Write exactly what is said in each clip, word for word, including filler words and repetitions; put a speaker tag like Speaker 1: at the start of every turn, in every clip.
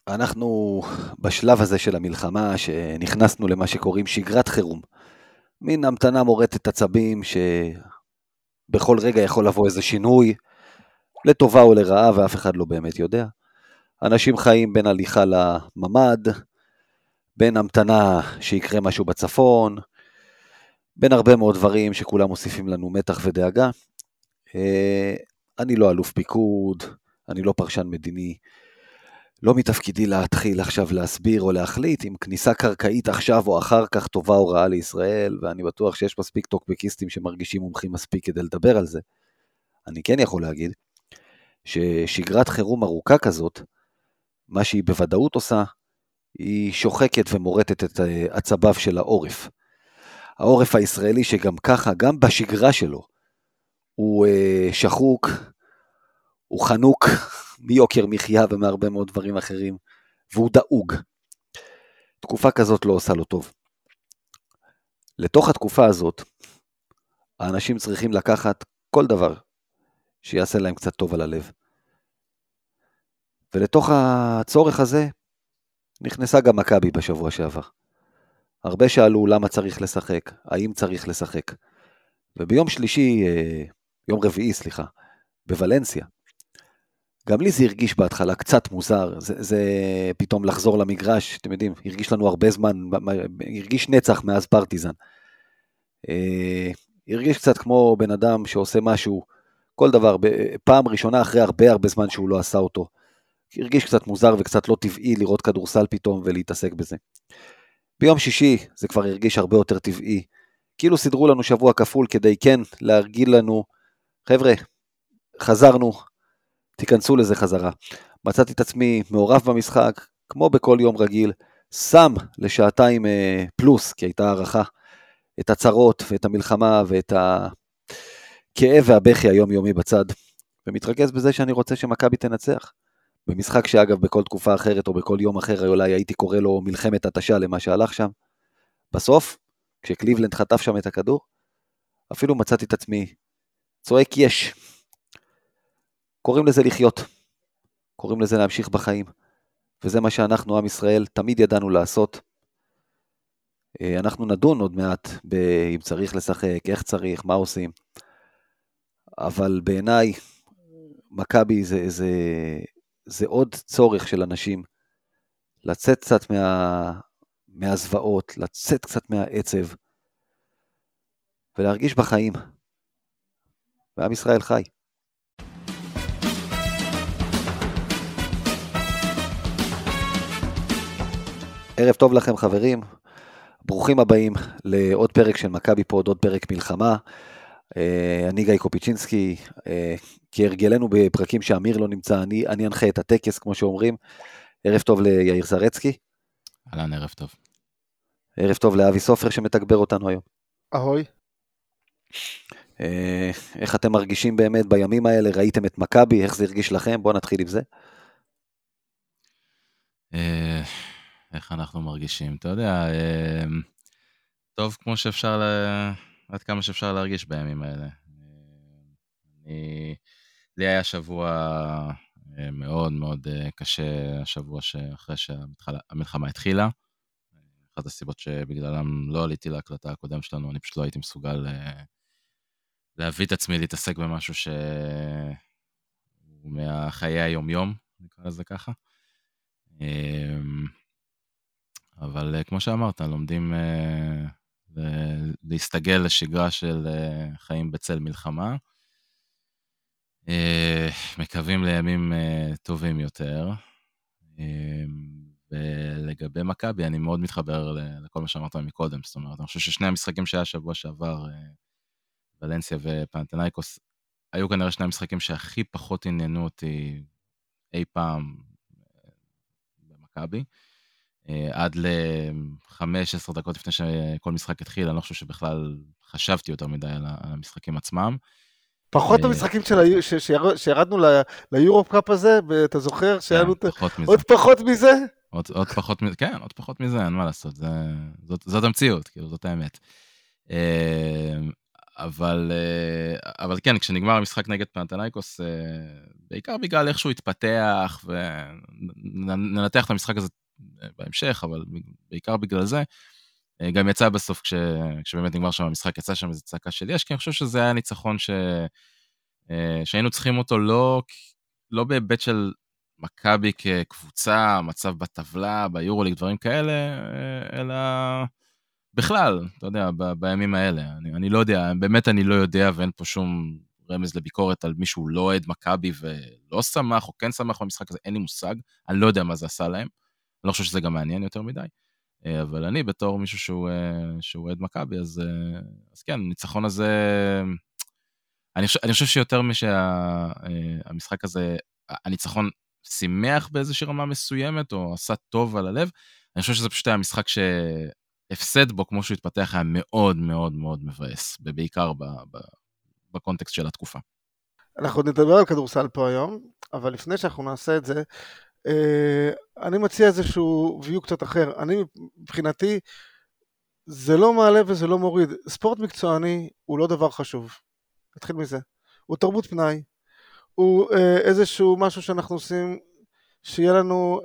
Speaker 1: אנחנו בשלב הזה של המלחמה, שנכנסנו למה שקוראים שגרת חירום. מין המתנה מורטת עצבים, שבכל רגע יכול לבוא איזה שינוי, לטובה או לרעה, ואף אחד לא באמת יודע. אנשים חיים בין הליכה לממד, בין המתנה שיקרה משהו בצפון, בין הרבה מאוד דברים שכולם מוסיפים לנו מתח ודאגה. אני לא אלוף פיקוד, אני לא פרשן מדיני, לא מתפקידי להתחיל עכשיו להסביר או להחליט אם כניסה קרקעית עכשיו או אחר כך טובה או רעה לישראל, ואני בטוח שיש מספיק טוקבקיסטים שמרגישים מומחים מספיק כדי לדבר על זה. אני כן יכול להגיד ששגרת חירום ארוכה כזאת, מה שהיא בוודאות עושה, היא שוחקת ומורטת את עצביו של העורף. העורף הישראלי שגם ככה, גם בשגרה שלו, הוא שחוק, הוא חנוק מיוקר מחיה ומהרבה מאוד דברים אחרים, והוא דאוג. תקופה כזאת לא עושה לו טוב. לתוך התקופה הזאת, האנשים צריכים לקחת כל דבר שיעשה להם קצת טוב על הלב. ולתוך הצורך הזה, נכנסה גם מכבי בשבוע שעבר. הרבה שאלו למה צריך לשחק, האם צריך לשחק. וביום שלישי, יום רביעי, סליחה, בוולנסיה, גם לי זה הרגיש בהתחלה קצת מוזר, זה, זה פתאום לחזור למגרש, אתם יודעים, הרגיש לנו הרבה זמן, הרגיש נצח מאז פרטיזן. הרגיש קצת כמו בן אדם שעושה משהו, כל דבר, פעם ראשונה אחרי הרבה הרבה זמן שהוא לא עשה אותו. הרגיש קצת מוזר וקצת לא טבעי לראות כדורסל פתאום ולהתעסק בזה. ביום שישי זה כבר הרגיש הרבה יותר טבעי, כאילו סידרו לנו שבוע כפול כדי כן להרגיל לנו, חבר'ה, חזרנו, תיכנסו לזה חזרה. מצאתי את עצמי מעורב במשחק, כמו בכל יום רגיל, שם לשעתיים פלוס, כי הייתה הערכה, את הצרות ואת המלחמה ואת הכאב והבכי היומיומי בצד, ומתרכז בזה שאני רוצה שמכבי תנצח. במשחק שאגב בכל תקופה אחרת או בכל יום אחר אולי הייתי קורא לו מלחמת התשה למה שהלך שם. בסוף, כשקליבלנד חטף שם את הכדור, אפילו מצאתי את עצמי צועק יש. קוראים לזה לחיות, קוראים לזה להמשיך בחיים, וזה מה שאנחנו, עם ישראל, תמיד ידענו לעשות. אנחנו נדון עוד מעט אם צריך לשחק, איך צריך, מה עושים, אבל בעיניי, מכבי זה, זה, זה עוד צורך של אנשים, לצאת קצת מה, מהזוועות, לצאת קצת מהעצב, ולהרגיש בחיים, ועם ישראל חי. ערב טוב לכם חברים, ברוכים הבאים לעוד פרק של מכבי פוד, עוד פרק מלחמה. אני גיא קופיצ'ינסקי, כהרגלנו בפרקים שאמיר לא נמצא, אני, אני אנחה את הטקס כמו שאומרים. ערב טוב ליאיר זרצקי.
Speaker 2: אהלן, ערב טוב.
Speaker 1: ערב טוב לאבי סופר שמתגבר אותנו היום.
Speaker 3: אהוי.
Speaker 1: איך אתם מרגישים באמת בימים האלה? ראיתם את מכבי, איך זה הרגיש לכם? בואו נתחיל עם זה.
Speaker 2: איך אנחנו מרגישים? אתה יודע, טוב כמו שאפשר, עד כמה שאפשר להרגיש בימים האלה. אני, לי היה שבוע מאוד מאוד קשה, השבוע שאחרי שהמלחמה התחילה. אחת הסיבות שבגללם לא עליתי להקלטה הקודם שלנו, אני פשוט לא הייתי מסוגל להביא את עצמי להתעסק במשהו שהוא מהחיי היום-יום, נקרא לזה ככה. אבל כמו שאמרת, לומדים להסתגל לשגרה של חיים בצל מלחמה, מקווים לימים טובים יותר, ולגבי מכבי אני מאוד מתחבר לכל מה שאמרת מקודם, זאת אומרת, אני חושב ששני המשחקים שהיה שבוע שעבר, ולנסיה ופנתנייקוס, היו כנראה שני המשחקים שהכי פחות עניינו אותי אי פעם במכבי, עד ל-חמש עשרה דקות לפני שכל משחק התחיל, אני לא חושב שבכלל חשבתי יותר מדי על המשחקים עצמם.
Speaker 3: פחות המשחקים שירדנו ליורופ קאפ הזה, אתה זוכר? עוד פחות מזה?
Speaker 2: עוד פחות מזה, כן, עוד פחות מזה, אין מה לעשות, זאת המציאות, זאת האמת. אבל, אבל כן, כשנגמר המשחק נגד פנתנייקוס, בעיקר בגלל איך שהוא התפתח, וננתח את המשחק הזה בהמשך, אבל בעיקר בגלל זה, גם יצא בסוף, כש, כשבאמת נגמר שם המשחק, יצא שם איזו צעקה של יש, כי אני חושב שזה היה ניצחון ש, שהיינו צריכים אותו לא, לא בהיבט של מכבי כקבוצה, מצב בטבלה, ביורוליג, דברים כאלה, אלא בכלל, אתה יודע, ב, בימים האלה. אני, אני לא יודע, באמת אני לא יודע, ואין פה שום רמז לביקורת על מישהו לא אוהד מכבי ולא שמח, או כן שמח במשחק הזה, אין לי מושג, אני לא יודע מה זה עשה להם, אני לא חושב שזה גם מעניין יותר מדי, אבל אני בתור מישהו שהוא, שהוא אוהד מכבי, אז, אז כן, הניצחון הזה, אני חושב, אני חושב שיותר משהמשחק הזה, הניצחון שימח באיזושהי רמה מסוימת, או עשה טוב על הלב, אני חושב שזה פשוט היה משחק שהפסד בו, כמו שהוא התפתח, היה מאוד מאוד מאוד מבאס, בעיקר ב, ב, בקונטקסט של התקופה.
Speaker 3: אנחנו נדבר על כדורסל פה היום, אבל לפני שאנחנו נעשה את זה, אני מציע איזשהו view קצת אחר. אני מבחינתי, זה לא מעלה וזה לא מוריד. ספורט מקצועני הוא לא דבר חשוב. נתחיל מזה. הוא תרבות פנאי. הוא איזשהו משהו שאנחנו עושים, שיהיה לנו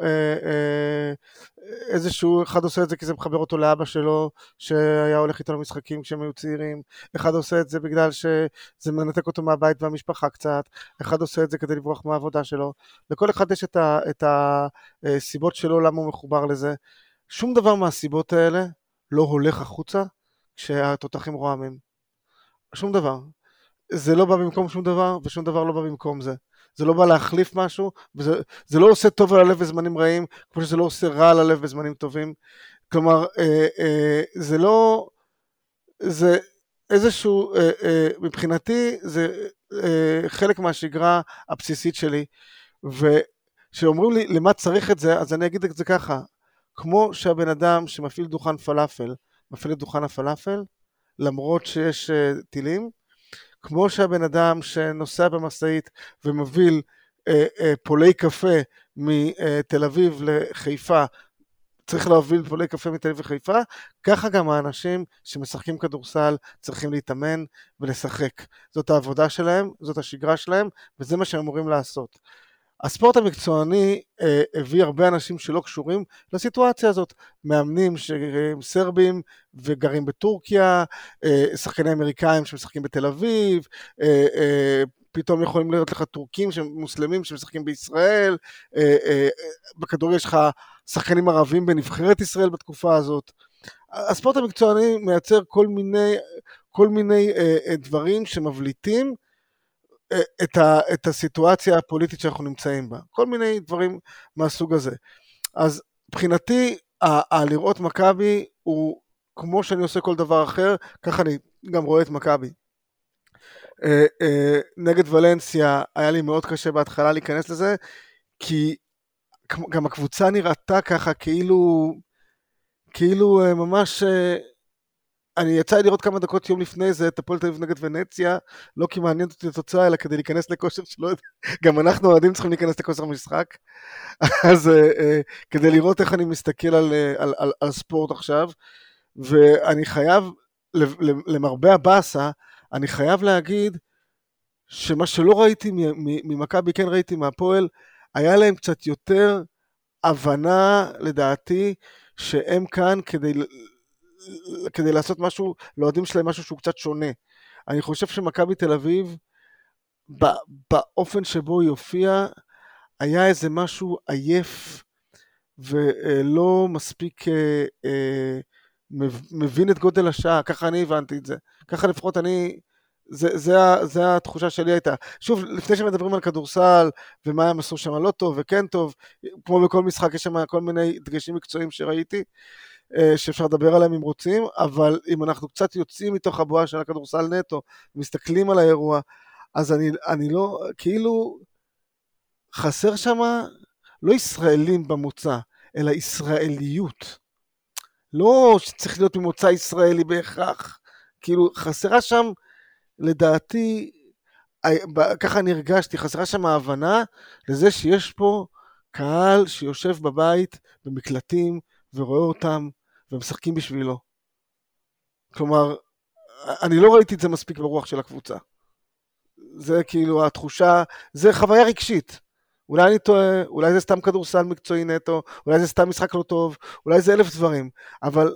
Speaker 3: איזשהו, אחד עושה את זה כי זה מחבר אותו לאבא שלו, שהיה הולך איתו למשחקים כשהם היו צעירים, אחד עושה את זה בגלל שזה מנתק אותו מהבית והמשפחה קצת, אחד עושה את זה כדי לברוח מהעבודה שלו, לכל אחד יש את, ה, את הסיבות שלו למה הוא מחובר לזה. שום דבר מהסיבות האלה לא הולך החוצה כשהתותחים רועמים. שום דבר. זה לא בא במקום שום דבר, ושום דבר לא בא במקום זה. זה לא בא להחליף משהו, וזה זה לא עושה טוב על הלב בזמנים רעים, כמו שזה לא עושה רע על הלב בזמנים טובים. כלומר, אה, אה, זה לא, זה איזשהו, אה, אה, מבחינתי, זה אה, חלק מהשגרה הבסיסית שלי, ושאומרים לי למה צריך את זה, אז אני אגיד את זה ככה, כמו שהבן אדם שמפעיל דוכן פלאפל, מפעיל את דוכן הפלאפל, למרות שיש אה, טילים, כמו שהבן אדם שנוסע במסעית ומוביל אה, אה, פולי קפה מתל אביב לחיפה, צריך להוביל פולי קפה מתל אביב לחיפה, ככה גם האנשים שמשחקים כדורסל צריכים להתאמן ולשחק. זאת העבודה שלהם, זאת השגרה שלהם, וזה מה שהם אמורים לעשות. הספורט המקצועני אה, הביא הרבה אנשים שלא קשורים לסיטואציה הזאת, מאמנים שהם סרבים וגרים בטורקיה, אה, שחקני אמריקאים שמשחקים בתל אביב, אה, אה, פתאום יכולים לראות לך טורקים מוסלמים שמשחקים בישראל, אה, אה, בכדורגל יש לך שחקנים ערבים בנבחרת ישראל בתקופה הזאת. הספורט המקצועני מייצר כל מיני, כל מיני אה, אה, דברים שמבליטים, את, ה, את הסיטואציה הפוליטית שאנחנו נמצאים בה, כל מיני דברים מהסוג הזה. אז מבחינתי, ה, ה, לראות מכבי הוא כמו שאני עושה כל דבר אחר, ככה אני גם רואה את מכבי. נגד ולנסיה היה לי מאוד קשה בהתחלה להיכנס לזה, כי גם הקבוצה נראתה ככה כאילו, כאילו ממש, אני יצא לראות כמה דקות יום לפני זה את הפועל תל אביב נגד ונציה, לא כי מעניין אותי התוצאה, אלא כדי להיכנס לכושר שלא יודע, גם אנחנו אוהדים צריכים להיכנס לכושר משחק, אז כדי לראות איך אני מסתכל על, על, על, על ספורט עכשיו, ואני חייב, למרבה הבאסה, אני חייב להגיד, שמה שלא ראיתי ממכבי, כן ראיתי מהפועל, היה להם קצת יותר הבנה, לדעתי, שהם כאן כדי, כדי לעשות משהו, לאוהדים שלהם משהו שהוא קצת שונה. אני חושב שמכבי תל אביב, באופן שבו היא הופיע, היה איזה משהו עייף, ולא מספיק מבין את גודל השעה, ככה אני הבנתי את זה. ככה לפחות אני, זה, זה, זה התחושה שלי הייתה. שוב, לפני שמדברים על כדורסל, ומה הם עשו שם לא טוב וכן טוב, כמו בכל משחק, יש שם כל מיני דגשים מקצועיים שראיתי, שאפשר לדבר עליהם אם רוצים, אבל אם אנחנו קצת יוצאים מתוך הבועה של הכדורסל נטו, מסתכלים על האירוע, אז אני, אני לא, כאילו, חסר שם, לא ישראלים במוצא, אלא ישראליות. לא שצריך להיות ממוצא ישראלי בהכרח, כאילו חסרה שם, לדעתי, ככה אני הרגשתי, חסרה שם ההבנה לזה שיש פה קהל שיושב בבית במקלטים ורואה אותם ומשחקים בשבילו. כלומר, אני לא ראיתי את זה מספיק ברוח של הקבוצה. זה כאילו התחושה, זה חוויה רגשית. אולי אני טועה, אולי זה סתם כדורסל מקצועי נטו, אולי זה סתם משחק לא טוב, אולי זה אלף דברים, אבל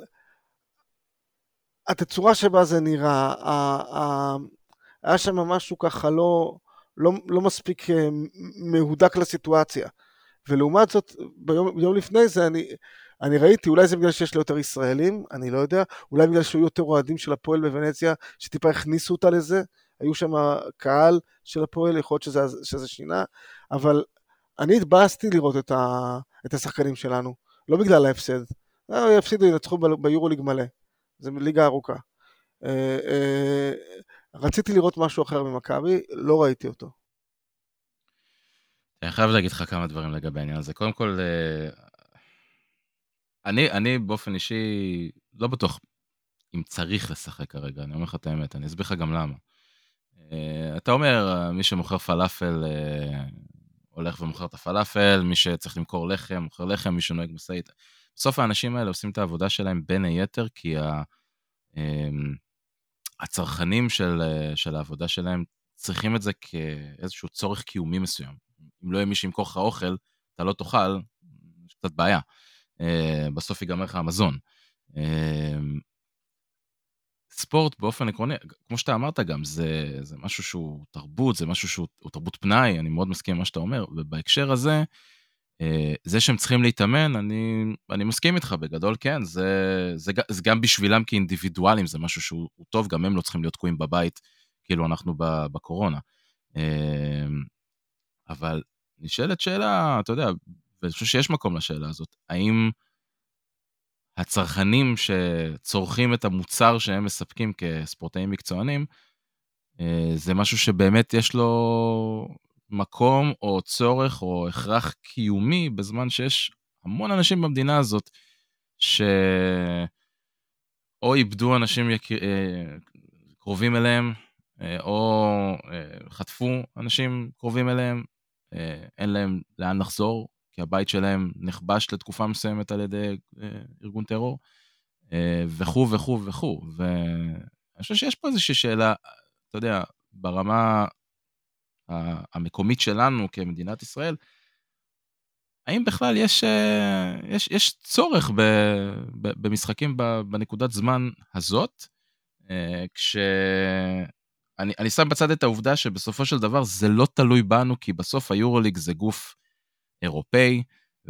Speaker 3: התצורה שבה זה נראה, היה שם משהו ככה לא, לא, לא מספיק מהודק לסיטואציה. ולעומת זאת, ביום, ביום לפני זה אני, אני ראיתי, אולי זה בגלל שיש לי יותר ישראלים, אני לא יודע, אולי בגלל שהיו יותר אוהדים של הפועל בוונציה, שטיפה הכניסו אותה לזה, היו שם קהל של הפועל, יכול להיות שזה, שזה שינה, אבל אני התבאסתי לראות את, ה, את השחקנים שלנו, לא בגלל ההפסד, ההפסידו, ינצחו ביורוליג מלא, זה ליגה ארוכה. רציתי לראות משהו אחר ממכבי, לא ראיתי אותו.
Speaker 2: אני חייב להגיד לך כמה דברים לגבי העניין הזה. קודם כל, אני, אני באופן אישי לא בטוח אם צריך לשחק כרגע, אני אומר לך את האמת, אני אסביר לך גם למה. אתה אומר, מי שמוכר פלאפל הולך ומוכר את הפלאפל, מי שצריך למכור לחם, מוכר לחם, מי שנוהג משאית. בסוף האנשים האלה עושים את העבודה שלהם בין היתר, כי ה... הצרכנים של, של העבודה שלהם צריכים את זה כאיזשהו צורך קיומי מסוים. אם לא יהיה מי שימכור לך אוכל, אתה לא תאכל, יש קצת בעיה. בסוף ייגמר לך המזון. ספורט באופן עקרוני, כמו שאתה אמרת גם, זה, זה משהו שהוא תרבות, זה משהו שהוא תרבות פנאי, אני מאוד מסכים עם מה שאתה אומר, ובהקשר הזה, זה שהם צריכים להתאמן, אני, אני מסכים איתך בגדול, כן, זה, זה, זה גם בשבילם כאינדיבידואלים, זה משהו שהוא טוב, גם הם לא צריכים להיות תקועים בבית, כאילו אנחנו בקורונה. אבל נשאלת שאלה, אתה יודע, ואני חושב שיש מקום לשאלה הזאת, האם הצרכנים שצורכים את המוצר שהם מספקים כספורטאים מקצוענים, זה משהו שבאמת יש לו מקום או צורך או הכרח קיומי, בזמן שיש המון אנשים במדינה הזאת, שאו איבדו אנשים יקר... קרובים אליהם, או חטפו אנשים קרובים אליהם, אין להם לאן לחזור, כי הבית שלהם נכבש לתקופה מסוימת על ידי ארגון טרור, וכו וכו וכו. ואני חושב שיש פה איזושהי שאלה, אתה יודע, ברמה המקומית שלנו כמדינת ישראל, האם בכלל יש, יש, יש צורך ב, ב, במשחקים בנקודת זמן הזאת, כש... אני, אני שם בצד את העובדה שבסופו של דבר זה לא תלוי בנו, כי בסוף היורוליג זה גוף אירופאי,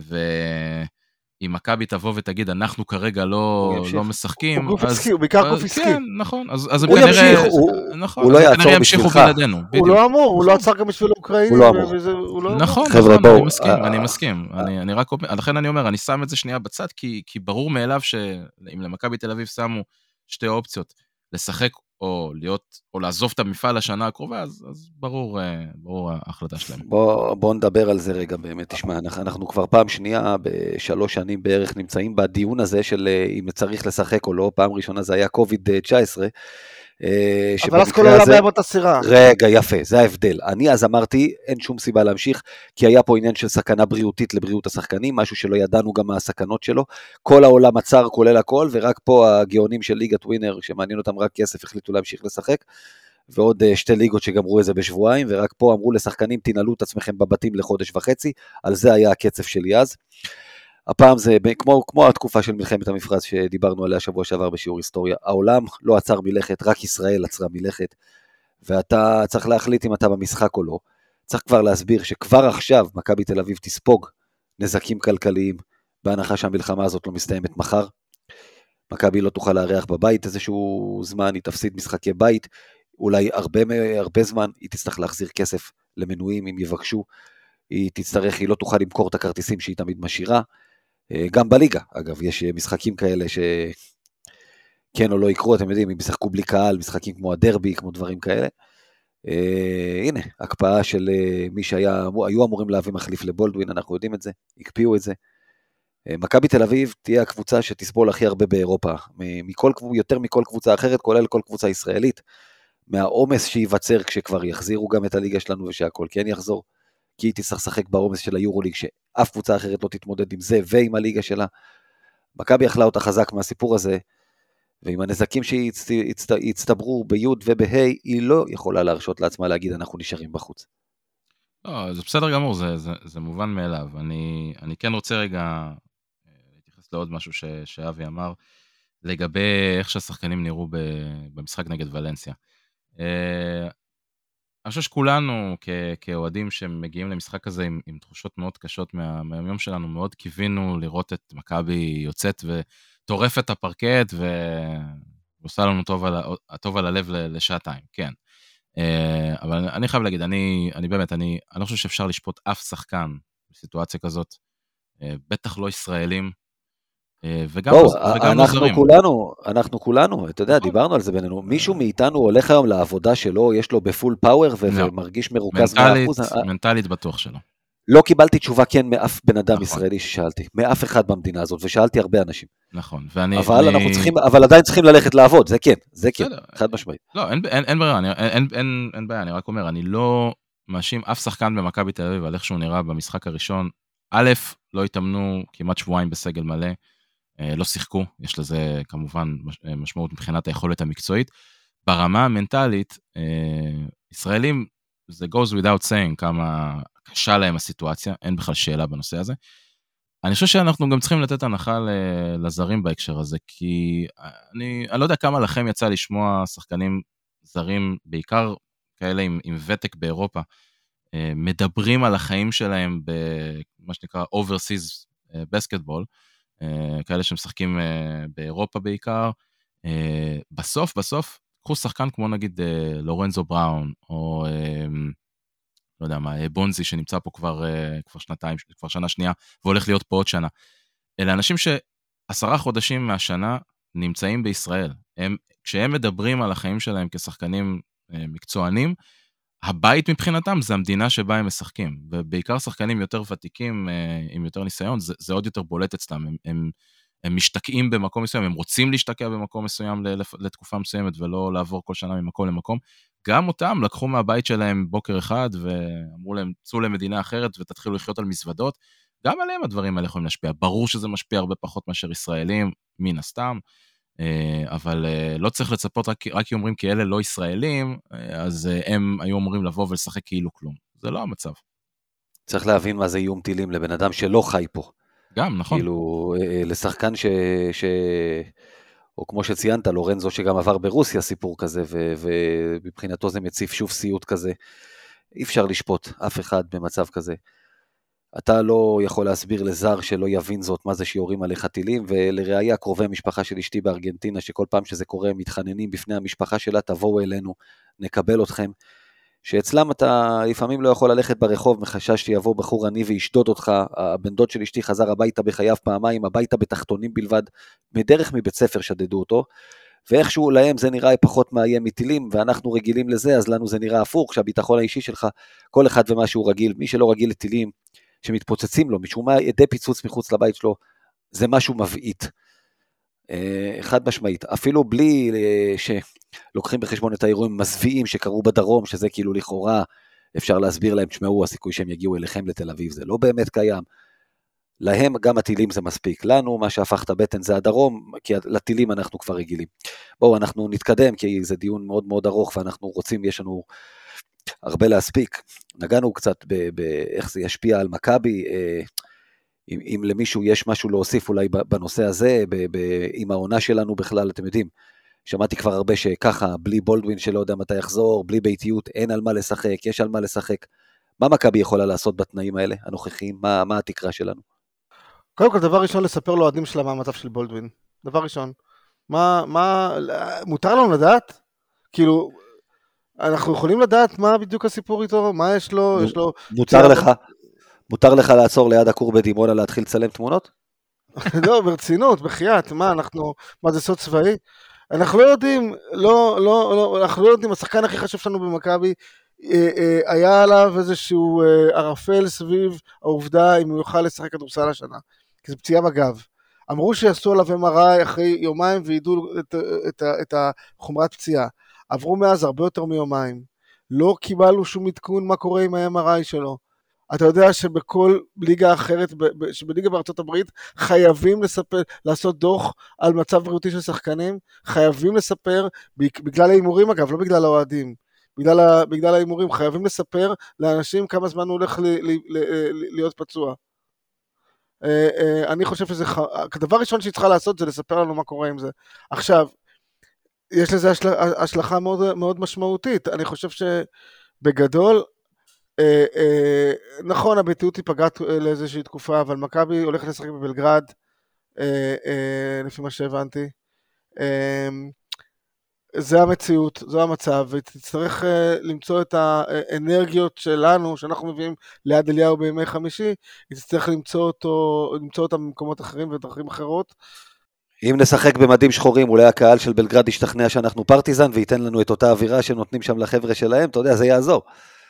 Speaker 2: ואם מכבי תבוא ותגיד, אנחנו כרגע לא, לא משחקים,
Speaker 3: הוא גוף
Speaker 2: אז...
Speaker 3: עסקי, הוא בעיקר גוף עסקי.
Speaker 2: כן, נכון, אז, אז
Speaker 1: הוא
Speaker 2: כנראה...
Speaker 1: ימשיך, הוא,
Speaker 2: נכון,
Speaker 1: הוא לא
Speaker 2: אז
Speaker 1: יעצור
Speaker 2: ימשיכו
Speaker 1: בשבילך.
Speaker 2: בלעדינו.
Speaker 3: הוא לא אמור, הוא לא עצר גם בשביל אוקראינים.
Speaker 1: הוא לא אמור.
Speaker 3: וזה, הוא לא
Speaker 2: נכון,
Speaker 1: חבר'ה,
Speaker 2: נכון,
Speaker 1: בואו,
Speaker 2: אני מסכים,
Speaker 1: אה,
Speaker 2: אני מסכים. אני, אני רק, לכן אני אומר, אני שם את זה שנייה בצד, כי, כי ברור מאליו שאם למכבי תל אביב שמו שתי אופציות, לשחק או להיות, או לעזוב את המפעל לשנה הקרובה, אז, אז ברור, ברור ההחלטה שלהם.
Speaker 1: בוא, בוא נדבר על זה רגע באמת, תשמע, אנחנו, אנחנו כבר פעם שנייה, בשלוש שנים בערך, נמצאים בדיון הזה של אם צריך לשחק או לא, פעם ראשונה זה היה קוביד תשע עשרה,
Speaker 3: אבל אז כל העולם היה באותה סירה.
Speaker 1: רגע, יפה, זה ההבדל. אני אז אמרתי, אין שום סיבה להמשיך, כי היה פה עניין של סכנה בריאותית לבריאות השחקנים, משהו שלא ידענו גם מהסכנות שלו, כל העולם עצר כולל הכל, ורק פה הגאונים של ליגת ווינר, שמעניין אותם רק כסף, החליטו להמשיך לשחק, ועוד שתי ליגות שגמרו את זה בשבועיים, ורק פה אמרו לשחקנים, תנעלו את עצמכם בבתים לחודש וחצי, על זה היה הקצף שלי אז. הפעם זה כמו, כמו התקופה של מלחמת המפרץ שדיברנו עליה שבוע שעבר בשיעור היסטוריה, העולם לא עצר מלכת, רק ישראל עצרה מלכת, ואתה צריך להחליט אם אתה במשחק או לא, צריך כבר להסביר שכבר עכשיו מכבי תל אביב תספוג נזקים כלכליים, בהנחה שהמלחמה הזאת לא מסתיימת מחר, מכבי לא תוכל לארח בבית איזשהו זמן, היא תפסיד משחקי בית, אולי הרבה, הרבה זמן, היא תצטרך להחזיר כסף למנויים אם יבקשו, היא תצטרך, היא לא תוכל למכור את הכרטיסים שהיא תמיד משאירה, גם בליגה, אגב, יש משחקים כאלה שכן או לא יקרו, אתם יודעים, אם ישחקו בלי קהל, משחקים כמו הדרבי, כמו דברים כאלה. אה, הנה, הקפאה של מי שהיו אמורים להביא מחליף לבולדווין, אנחנו יודעים את זה, הקפיאו את זה. מכבי תל אביב תהיה הקבוצה שתסבול הכי הרבה באירופה, מכל, יותר מכל קבוצה אחרת, כולל כל קבוצה ישראלית, מהעומס שיווצר כשכבר יחזירו גם את הליגה שלנו ושהכל כן יחזור. כי היא תצטרך לשחק בעומס של היורוליג, שאף קבוצה אחרת לא תתמודד עם זה, ועם הליגה שלה. מכבי אכלה אותה חזק מהסיפור הזה, ועם הנזקים שהצטברו בי' ובה', היא לא יכולה להרשות לעצמה להגיד, אנחנו נשארים בחוץ.
Speaker 2: לא, זה בסדר גמור, זה, זה, זה מובן מאליו. אני, אני כן רוצה רגע להתייחס לעוד משהו ש, שאבי אמר, לגבי איך שהשחקנים נראו ב, במשחק נגד ולנסיה. אני חושב שכולנו כ, כאוהדים שמגיעים למשחק הזה עם, עם תחושות מאוד קשות מה, מהיום שלנו, מאוד קיווינו לראות את מכבי יוצאת וטורפת את הפרקט, ועושה לנו טוב על, טוב על הלב לשעתיים, כן. אבל אני חייב להגיד, אני, אני באמת, אני, אני לא חושב שאפשר לשפוט אף שחקן בסיטואציה כזאת, בטח לא ישראלים, וגם,
Speaker 1: בוא,
Speaker 2: וגם
Speaker 1: אנחנו
Speaker 2: נוזרים.
Speaker 1: כולנו, אנחנו כולנו, אתה יודע, דיברנו על זה בינינו, מישהו מאיתנו הולך היום לעבודה שלו, יש לו בפול פאוור ומרגיש מרוכז מאה אחוז.
Speaker 2: מנטלית בטוח שלא.
Speaker 1: לא קיבלתי תשובה כן מאף בן אדם
Speaker 2: נכון.
Speaker 1: ישראלי ששאלתי, מאף אחד במדינה הזאת, ושאלתי הרבה אנשים.
Speaker 2: נכון, ואני...
Speaker 1: אבל
Speaker 2: אני...
Speaker 1: אנחנו צריכים, אבל עדיין צריכים ללכת לעבוד, זה כן, זה כן, חד משמעית.
Speaker 2: לא, אין, אין, אין ברירה, אני, אין, אין, אין, אין בעיה, אני רק אומר, אני לא מאשים אף שחקן במכבי תל אביב על איך שהוא נראה במשחק הראשון. א', לא התאמנו כמעט שבועיים בסגל מלא, לא שיחקו, יש לזה כמובן משמעות מבחינת היכולת המקצועית. ברמה המנטלית, ישראלים, זה goes without saying כמה קשה להם הסיטואציה, אין בכלל שאלה בנושא הזה. אני חושב שאנחנו גם צריכים לתת הנחה לזרים בהקשר הזה, כי אני, אני לא יודע כמה לכם יצא לשמוע שחקנים זרים, בעיקר כאלה עם, עם ותק באירופה, מדברים על החיים שלהם במה שנקרא overseas basketball, כאלה שמשחקים באירופה בעיקר. בסוף, בסוף, קחו שחקן כמו נגיד לורנזו בראון, או לא יודע מה, בונזי שנמצא פה כבר, כבר שנתיים, כבר שנה שנייה, והולך להיות פה עוד שנה. אלה אנשים שעשרה חודשים מהשנה נמצאים בישראל. הם, כשהם מדברים על החיים שלהם כשחקנים מקצוענים, הבית מבחינתם זה המדינה שבה הם משחקים, ובעיקר שחקנים יותר ותיקים, עם יותר ניסיון, זה, זה עוד יותר בולט אצלם. הם, הם, הם משתקעים במקום מסוים, הם רוצים להשתקע במקום מסוים לתקופה מסוימת, ולא לעבור כל שנה ממקום למקום. גם אותם לקחו מהבית שלהם בוקר אחד, ואמרו להם, צאו למדינה אחרת, ותתחילו לחיות על מזוודות. גם עליהם הדברים האלה יכולים להשפיע. ברור שזה משפיע הרבה פחות מאשר ישראלים, מן הסתם, אבל לא צריך לצפות רק, רק כי אומרים כי אלה לא ישראלים, אז הם היו אומרים לבוא ולשחק כאילו כלום. זה לא המצב.
Speaker 1: צריך להבין מה זה איום טילים לבן אדם שלא חי פה.
Speaker 2: גם, נכון.
Speaker 1: כאילו, לשחקן ש... ש... או כמו שציינת, לורנזו שגם עבר ברוסיה סיפור כזה, ו... ובבחינתו זה מציף שוב סיוט כזה. אי אפשר לשפוט אף אחד במצב כזה. אתה לא יכול להסביר לזר שלא יבין זאת מה זה שיורים עליך טילים, ולראיה קרובי המשפחה של אשתי בארגנטינה, שכל פעם שזה קורה מתחננים בפני המשפחה שלה, תבואו אלינו, נקבל אתכם, שאצלם אתה לפעמים לא יכול ללכת ברחוב, מחשש שיבוא בחור עני וישדוד אותך. הבן דוד של אשתי חזר הביתה בחייו פעמיים, הביתה בתחתונים בלבד, מדרך מבית ספר שדדו אותו, ואיכשהו להם זה נראה פחות מאיים מטילים, ואנחנו רגילים לזה, אז לנו זה נראה הפוך, שהביטחון האישי שלך, כל אחד ומה שהוא רגיל, מי שלא רגיל לטילים, שמתפוצצים לו, משום מה ידי פיצוץ מחוץ לבית שלו, זה משהו מבעית, חד משמעית, אפילו בלי שלוקחים בחשבון את האירועים מזוויעים שקרו בדרום, שזה כאילו לכאורה, אפשר להסביר להם, תשמעו, הסיכוי שהם יגיעו אליכם לתל אביב, זה לא באמת קיים, להם גם הטילים זה מספיק, לנו מה שהפך את הבטן זה הדרום, כי לטילים אנחנו כבר רגילים. בואו אנחנו נתקדם, כי זה דיון מאוד מאוד ארוך, ואנחנו רוצים, יש לנו הרבה להספיק, נגענו קצת באיך זה ישפיע על מכבי, אם, אם למישהו יש משהו להוסיף אולי בנושא הזה, ב, ב, עם העונה שלנו בכלל, אתם יודעים, שמעתי כבר הרבה שככה, בלי בולדווין שלא יודע מתי יחזור, בלי ביתיות, אין על מה לשחק, יש על מה לשחק, מה מכבי יכולה לעשות בתנאים האלה, הנוכחים, מה, מה התקרה שלנו?
Speaker 3: קודם כל, דבר ראשון, לספר לו עדים שלה מה המצב של בולדווין, דבר ראשון, מה, מה, מותר לנו לדעת? כאילו, אנחנו יכולים לדעת מה בדיוק הסיפור איתו, מה יש לו, יש לו...
Speaker 1: מותר לך, מותר לך לעצור ליד הכור בדימונה להתחיל לצלם תמונות?
Speaker 3: לא, ברצינות, בחייאת, מה אנחנו, מה זה סוד צבאי? אנחנו לא יודעים, לא, לא, לא, אנחנו לא יודעים, השחקן הכי חשוב שלנו במכבי, היה עליו איזשהו ערפל סביב העובדה אם הוא יוכל לשחק כדורסל השנה, כי זה פציעה בגב. אמרו שיעשו עליו אם אר איי אחרי יומיים וידעו את, את, את החומרת פציעה. עברו מאז הרבה יותר מיומיים. לא קיבלנו שום עדכון מה קורה עם ה-אם אר איי שלו. אתה יודע שבכל ליגה אחרת, שבליגה בארצות הברית, חייבים לספר, לעשות דוח על מצב בריאותי של שחקנים, חייבים לספר, בגלל האימורים אגב, לא בגלל האוהדים, בגלל, בגלל האימורים, חייבים לספר לאנשים כמה זמן הוא הולך ל, ל, ל, להיות פצוע. אני חושב שזה, הדבר ראשון שהיא צריכה לעשות זה לספר לנו מה קורה עם זה. עכשיו, יש לזה השלכה מאוד, מאוד משמעותית, אני חושב שבגדול, אה, אה, נכון, הביתיות היא פגעת לאיזושהי תקופה, אבל מכבי הולכת לשחק בבלגרד, אה, אה, לפי מה שהבנתי, אה, זה המציאות, זו המצב, ותצטרך אה, למצוא את האנרגיות שלנו, שאנחנו מביאים ליד אליהו בימי חמישי, היא תצטרך למצוא אותו, למצוא אותם במקומות אחרים ודרכים אחרות,
Speaker 1: אם נשחק במדים שחורים, אולי הקהל של בלגרד ישתכנע שאנחנו פרטיזן, וייתן לנו את אותה אווירה שנותנים שם לחבר'ה שלהם, אתה יודע, זה יעזור.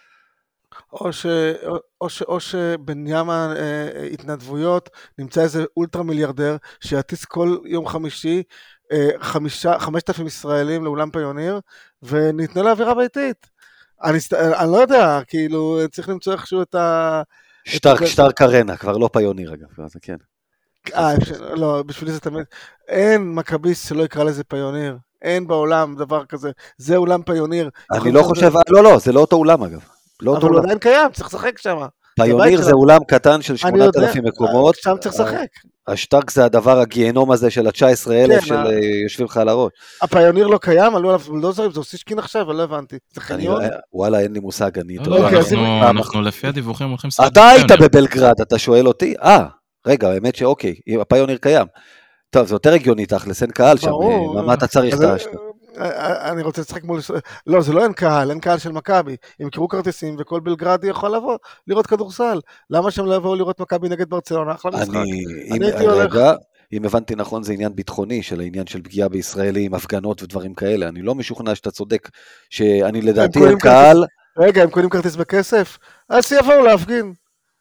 Speaker 3: או ש, או, או ש, או שבנימה אה, התנדבויות, נמצא איזה אולטרה מיליארדר, שיטיס כל יום חמישי, אה, חמישה, חמשת אלפים ישראלים לאולם פיוניר, וניתנה לה אווירה ביתית. אני, אני לא יודע, כאילו, צריך למצוא איכשהו את ה...
Speaker 1: שטרק, שטרק ארנה, כבר לא פיוניר אגב, זה כן.
Speaker 3: אה, לא, בשבילי זה תמיד, אין מכביסט שלא יקרא לזה פיוניר, אין בעולם דבר כזה, זה אולם פיוניר.
Speaker 1: אני לא חושב, לא, לא, זה לא אותו אולם אגב.
Speaker 3: אבל הוא עדיין קיים, צריך לשחק שם.
Speaker 1: פיוניר זה אולם קטן של שמונת אלפים מקומות.
Speaker 3: שם צריך לשחק.
Speaker 1: השטרק זה הדבר הגיהנום הזה של ה-תשע עשרה אלף של יושבים לך על הראש.
Speaker 3: הפיוניר לא קיים, עלו עליו בולדוזרים, זה אוסישקין עכשיו, אני לא הבנתי. זה חניון?
Speaker 1: וואלה, אין לי מושג, אני...
Speaker 2: אנחנו לפי הדיווחים הולכים לשחק.
Speaker 1: אתה היית בבלגרד, אתה שואל אותי? אה, רגע, האמת שאוקיי, הפיוניר קיים. טוב, זה יותר הגיוני תכלס, אין קהל שם, מה אתה צריך את השטרק?
Speaker 3: אני רוצה לשחק מול... לא, זה לא אין קהל, אין קהל של מכבי. הם יקראו כרטיסים וכל בלגרדי יכול לבוא לראות כדורסל. למה שהם לא יבואו לראות מכבי נגד ברצלונה? אחלה משחק.
Speaker 1: אני הייתי הולך... רגע, אם הבנתי נכון, זה עניין ביטחוני של העניין של פגיעה בישראלים, הפגנות ודברים כאלה. אני לא משוכנע שאתה צודק, שאני לדעתי אין קהל...
Speaker 3: רגע, הם קונים כרטיס בכסף? אז שיבואו להפגין.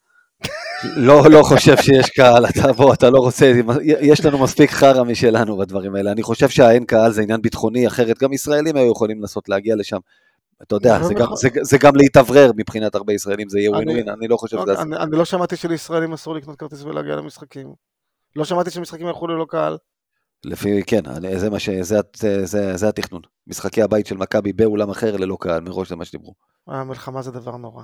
Speaker 1: לא, לא חושב שיש קהל, אתה בוא, אתה לא רוצה, יש לנו מספיק חרה משלנו בדברים האלה, אני חושב שהאין קהל זה עניין ביטחוני, אחרת גם ישראלים היו יכולים לנסות להגיע לשם, אתה יודע, זה גם, זה, זה גם להתאוורר מבחינת הרבה ישראלים, זה יהיה ווין ווין, אני לא חושב שזה...
Speaker 3: אני, אני לא שמעתי שלישראלים אסור לקנות כרטיס ולהגיע למשחקים, לא שמעתי שמשחקים ילכו ללא קהל.
Speaker 1: לפי, כן, זה מה ש... זה, זה, זה, זה התכנון, משחקי הבית של מכבי באולם אחר ללא קהל, מראש זה מה שדיברו.
Speaker 3: המלחמה זה דבר נורא.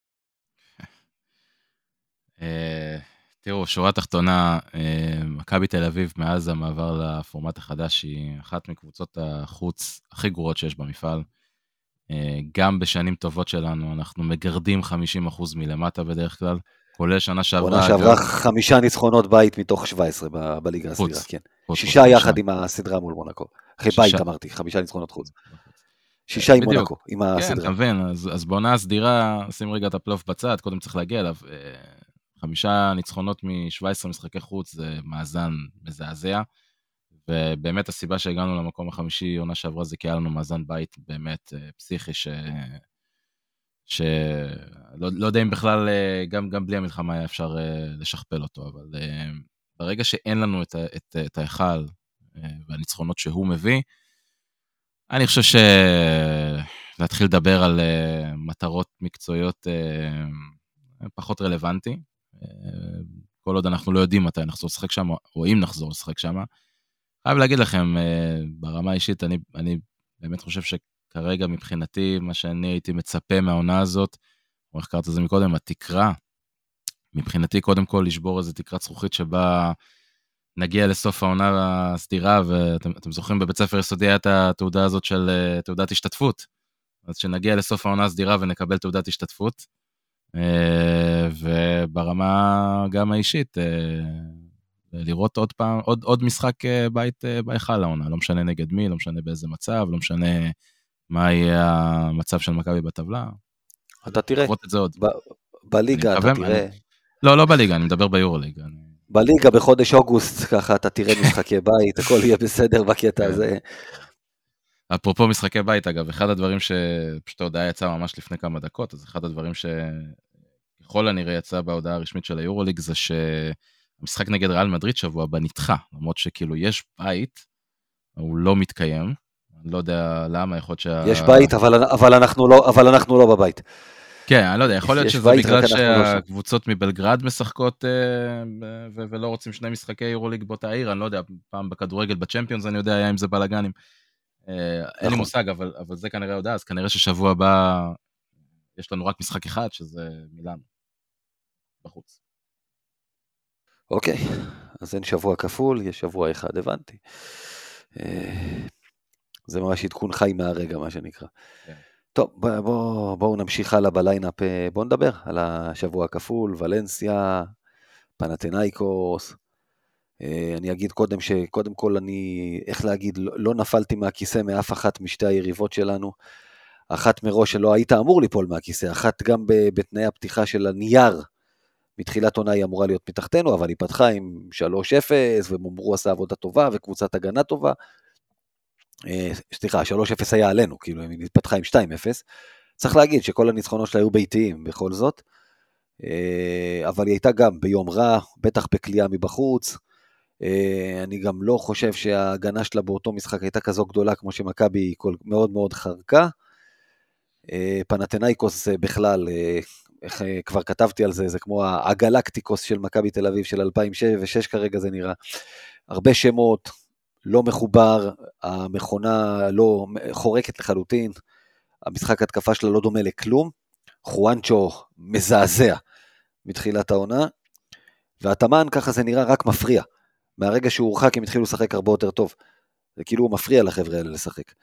Speaker 2: תראו, שורה תחתונה, מכבי תל אביב מאז המעבר לפורמט החדש היא אחת מקבוצות החוץ הכי גרועות שיש במפעל. גם בשנים טובות שלנו אנחנו מגרדים חמישים אחוז מלמטה בדרך כלל, כולל שנה שעברה.
Speaker 1: עונה שעברה חמישה ניצחונות בית מתוך שבע עשרה בליגה הסדירה, כן. שישה יחד עם הסדרה מול מונקו. אחרי בית אמרתי, חמישה ניצחונות חוץ. שישה עם מונקו, עם הסדרה.
Speaker 2: כן, אתה מבין, אז בעונה הסדירה, שים רגע את הפלייאוף בצד, קודם צריך להגיע אליו. חמישה ניצחונות מ-שבע עשרה משחקי חוץ, זה מאזן מזעזע, ובאמת הסיבה שהגענו למקום החמישי עונה שעברה, זה כי היה לנו מאזן בית באמת פסיכי, ש... ש... לא, לא יודע אם בכלל, גם, גם בלי המלחמה היה אפשר לשכפל אותו, אבל ברגע שאין לנו את, את, את ההיכל והניצחונות שהוא מביא, אני חושב שלהתחיל לדבר על מטרות מקצועיות פחות רלוונטי, כל עוד אנחנו לא יודעים מתי נחזור לשחק שם, או אם נחזור לשחק שם. חייב להגיד לכם, ברמה האישית, אני, אני באמת חושב שכרגע מבחינתי, מה שאני הייתי מצפה מהעונה הזאת, או איך קראת את זה מקודם, התקרה, מבחינתי קודם כל לשבור איזו תקרת זכוכית שבה נגיע לסוף העונה הסדירה, ואתם אתם זוכרים בבית ספר יסודי היה את התעודה הזאת של תעודת השתתפות, אז שנגיע לסוף העונה הסדירה ונקבל תעודת השתתפות, וברמה גם האישית, לראות עוד פעם, עוד, עוד משחק בית בהיכל לעונה, לא משנה נגד מי, לא משנה באיזה מצב, לא משנה מה יהיה המצב של מכבי בטבלה.
Speaker 1: אתה תראה, בליגה אתה תראה.
Speaker 2: לא, לא בליגה, אני מדבר ביורוליג.
Speaker 1: בליגה בחודש אוגוסט, ככה אתה תראה משחקי בית, הכל יהיה בסדר בקטע הזה.
Speaker 2: אפרופו משחקי בית, אגב, אחד הדברים שפשוט ההודעה יצאה ממש לפני כמה דקות, אז אחד הדברים שככל הנראה יצא בהודעה הרשמית של היורוליג, זה שהמשחק נגד ריאל מדריד שבוע בנדחה, למרות שכאילו יש בית, הוא לא מתקיים, אני לא יודע למה, יכול להיות שה...
Speaker 1: יש בית, אבל, אבל, אנחנו לא, אבל אנחנו לא בבית.
Speaker 2: כן, אני לא יודע, יכול להיות שזה בגלל שהקבוצות מבלגרד משחקות ולא רוצים שני משחקי יורוליג באותה עיר, אני לא יודע, פעם בכדורגל בצ'מפיונס אני יודע אם זה בלגנים, אין לי מושג, אבל זה כנראה יודע, אז כנראה ששבוע הבא יש לנו רק משחק אחד, שזה מילאנו, בחוץ.
Speaker 1: אוקיי, אז אין שבוע כפול, יש שבוע אחד, הבנתי. זה ממש עדכון חי מהרגע, מה שנקרא. טוב, בואו בוא נמשיך הלאה בליינאפ, בואו נדבר על השבוע הכפול, ולנסיה, פנתנייקוס. אני אגיד קודם שקודם כל אני, איך להגיד, לא נפלתי מהכיסא מאף אחת משתי היריבות שלנו, אחת מראש שלא היית אמור ליפול מהכיסא, אחת גם בתנאי הפתיחה של הנייר, מתחילת עונה היא אמורה להיות מתחתנו, אבל היא פתחה עם שלוש אפס, ומומרו עשה עבודה טובה, וקבוצת הגנה טובה, סליחה, שלוש אפס היה עלינו, כאילו היא פתחה עם שתיים אפס, צריך להגיד שכל הניצחונות שלה היו ביתיים בכל זאת, אבל היא הייתה גם ביום רע, בטח בקליעה מבחוץ, אני גם לא חושב שההגנה שלה באותו משחק הייתה כזו גדולה, כמו שמכבי מאוד מאוד חרקה, פנתנייקוס בכלל, איך כבר כתבתי על זה, זה כמו הגלקטיקוס של מכבי תל אביב של אלפיים ושש כרגע זה נראה, הרבה שמות, לא מחובר, המכונה לא חורקת לחלוטין, המשחק התקפה שלה לא דומה לכלום, חואנצ'ו מזעזע מתחילת העונה, והתאמן ככה זה נראה רק מפריע, מהרגע שהוא הורחק הם התחילו לשחק הרבה יותר טוב, זה כאילו הוא מפריע לחבר'ה האלה לשחק.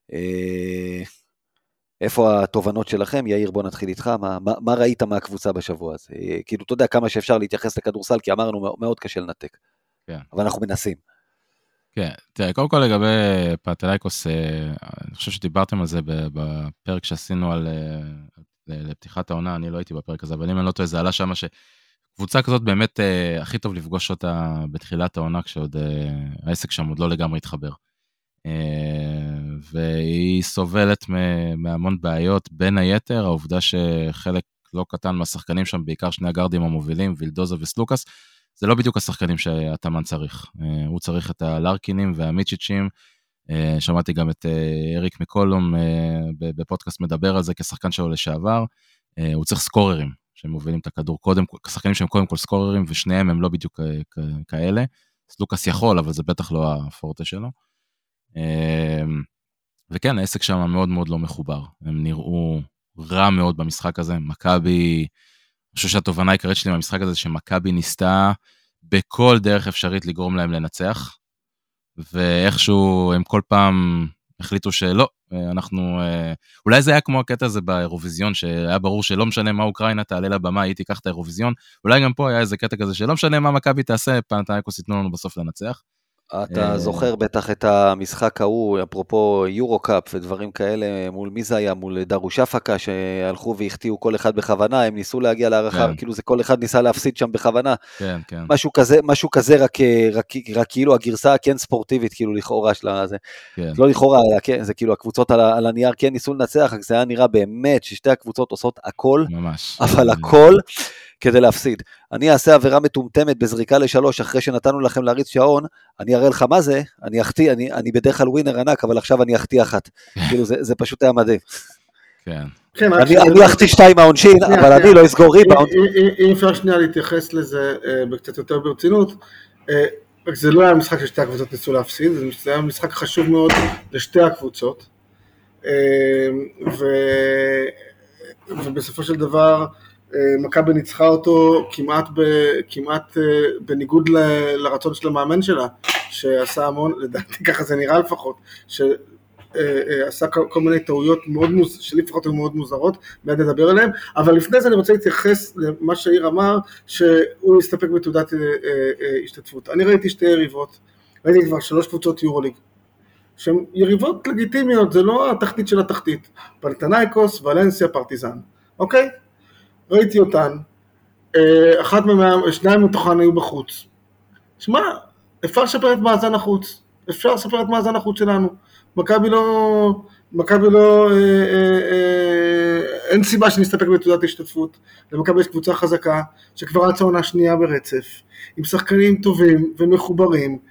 Speaker 1: איפה התובנות שלכם? יאיר, בוא נתחיל איתך, מה, מה, מה ראית מהקבוצה בשבוע הזה? כאילו אתה יודע כמה שאפשר להתייחס לכדורסל, כי אמרנו מאוד קשה לנתק, כן. אבל אנחנו מנסים.
Speaker 2: כן, תראה, קודם כל לגבי פנתנייקוס, אני חושב שדיברתם על זה בפרק שעשינו על לפתיחת העונה, אני לא הייתי בפרק הזה, אבל אם אני לא טועה, זה עלה שם שקבוצה כזאת באמת הכי טוב לפגוש אותה בתחילת העונה, כשעוד העסק שם עוד לא לגמרי התחבר. והיא סובלת מהמון בעיות, בין היתר, העובדה שחלק לא קטן מהשחקנים שם, בעיקר שני הגארדים המובילים, וילדוזה וסלוקס, זה לא בדיוק השחקנים שהתאמן צריך, הוא צריך את הלרקינים והמיצ'יצ'ים, שמעתי גם את אריק מקולום בפודקאסט מדבר על זה כשחקן שלו לשעבר, הוא צריך סקוררים שמובילים את הכדור, קודם, שחקנים שהם קודם כל סקוררים, ושניהם הם לא בדיוק כאלה, סלוקס יכול, אבל זה בטח לא הפורטה שלו, וכן, העסק שם מאוד מאוד לא מחובר, הם נראו רע מאוד במשחק הזה, מכבי, אני חושב שהתובנה העיקרית שלי מהמשחק הזה, שמכבי ניסתה בכל דרך אפשרית לגרום להם לנצח, ואיכשהו הם כל פעם החליטו שלא, אנחנו, אולי זה היה כמו הקטע הזה באירוויזיון, שהיה ברור שלא משנה מה אוקראינה תעלה לבמה, היא תיקח את האירוויזיון, אולי גם פה היה איזה קטע כזה, שלא משנה מה מכבי תעשה, פנתנייקוס ייתנו לנו בסוף לנצח.
Speaker 1: אתה זוכר בטח את המשחק ההוא, אפרופו יורו-קאפ ודברים כאלה, מול מי זה היה? מול דרוש אפקה, שהלכו והחטיאו כל אחד בכוונה, הם ניסו להגיע להערכה, כאילו זה כל אחד ניסה להפסיד שם בכוונה.
Speaker 2: כן, כן.
Speaker 1: משהו כזה, משהו כזה, רק, רק, רק כאילו הגרסה הכן ספורטיבית, כאילו לכאורה שלה, זה, כן. לא לכאורה, זה כאילו הקבוצות על, על הנייר כן ניסו לנצח, זה היה נראה באמת ששתי הקבוצות עושות הכל,
Speaker 2: ממש.
Speaker 1: אבל הכל כדי להפסיד. אני אעשה עבירה מטומטמת בזריקה לשלוש, אחרי שנתנו לכם להריץ שעון, אני אראה לך מה זה, אני אחטיא, אני, אני בדרך כלל ווינר ענק, אבל עכשיו אני אחטיא אחת. כאילו זה, זה פשוט היה מדהים.
Speaker 2: כן.
Speaker 1: אני אחטיא שתיים העונשין, אבל אני לא אסגור ריבאונד.
Speaker 3: אם אפשר שנייה להתייחס לזה בקצת יותר ברצינות, זה לא היה משחק ששתי הקבוצות ניסו להפסיד, זה היה משחק חשוב מאוד לשתי הקבוצות, ובסופו של דבר, מכבי ניצחה אותו כמעט, ב, כמעט בניגוד ל, לרצון של המאמן שלה, שעשה המון, לדעתי ככה זה נראה לפחות, שעשה כל מיני טעויות מאוד מוז, שלפחות היו מאוד מוזרות, מיד נדבר עליהן, אבל לפני זה אני רוצה להתייחס למה שהעיר אמר, שהוא יסתפק בתעודת השתתפות. אני ראיתי שתי יריבות, ראיתי כבר שלוש קבוצות יורוליג, שהן יריבות לגיטימיות, זה לא התחתית של התחתית, פנתנייקוס, ולנסיה, פרטיזן, אוקיי? ראיתי אותן, אחת מהם, שניים מתוכן היו בחוץ. שמע, אפשר לשפר את מאזן החוץ, אפשר לשפר את מאזן החוץ שלנו. מכבי לא, מכבי לא, אה, אה, אה, אין סיבה שנסתפק בתעודת השתתפות. למכבי יש קבוצה חזקה, שכבר רצה עונה שנייה ברצף, עם שחקנים טובים ומחוברים,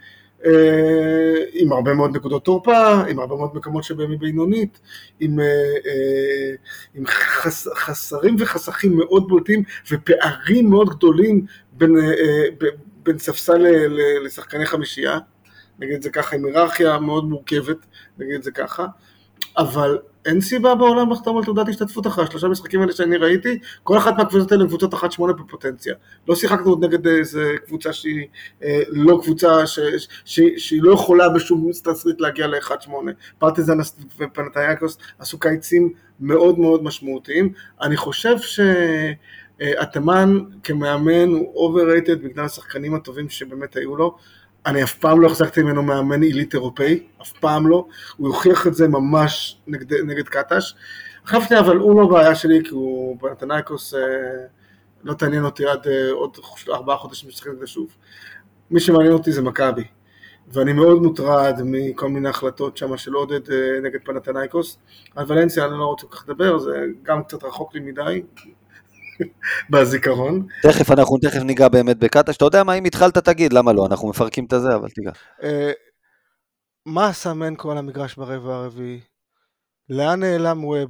Speaker 3: עם הרבה מאוד נקודות תורפה, עם הרבה מאוד מקומות שבהם היא בינונית, עם, עם חס, חסרים וחסכים מאוד בולטים, ופערים מאוד גדולים בין, בין ספסל לשחקני חמישייה, נגיד את זה ככה, עם היררכיה מאוד מורכבת, נגיד את זה ככה, אבל אין סיבה בעולם לחתום על תעודת השתתפות אחת, שלושה משחקים האלה שאני ראיתי, כל אחת מהקבוצות האלה קבוצות אחת שמונה בפוטנציה. לא שיחקנו עוד נגד איזה קבוצה שהיא אה, לא קבוצה ש, ש, ש, שהיא לא יכולה בשום תסריט להגיע ל-אחת שמונה. פרטיזן ופנתנייקוס עשו קיצים מאוד מאוד משמעותיים. אני חושב שהתימן כמאמן הוא overrated בגלל השחקנים הטובים שבאמת היו לו. אני אף פעם לא החזקתי ממנו מאמן עילית אירופאי, אף פעם לא, הוא יוכיח את זה ממש נגד, נגד קטש. חשבתי, אבל הוא לא בעיה שלי, כי הוא פנתנייקוס אה, לא תעניין אותי עד אה, עוד ארבעה חודשים שצריכים את זה שוב. מי שמעניין אותי זה מכבי, ואני מאוד מוטרד מכל מיני החלטות שם של עודד אה, נגד פנתנייקוס. על ולנסיה אני לא רוצה כל כך לדבר, זה גם קצת רחוק לי מדי. בזיכרון.
Speaker 1: תכף אנחנו תכף ניגע באמת בקטש, אתה יודע מה, אם התחלת תגיד, למה לא, אנחנו מפרקים את זה, אבל תיגע.
Speaker 3: מה עשה מנקו על המגרש ברבע הרביעי? לאן נעלם ווב?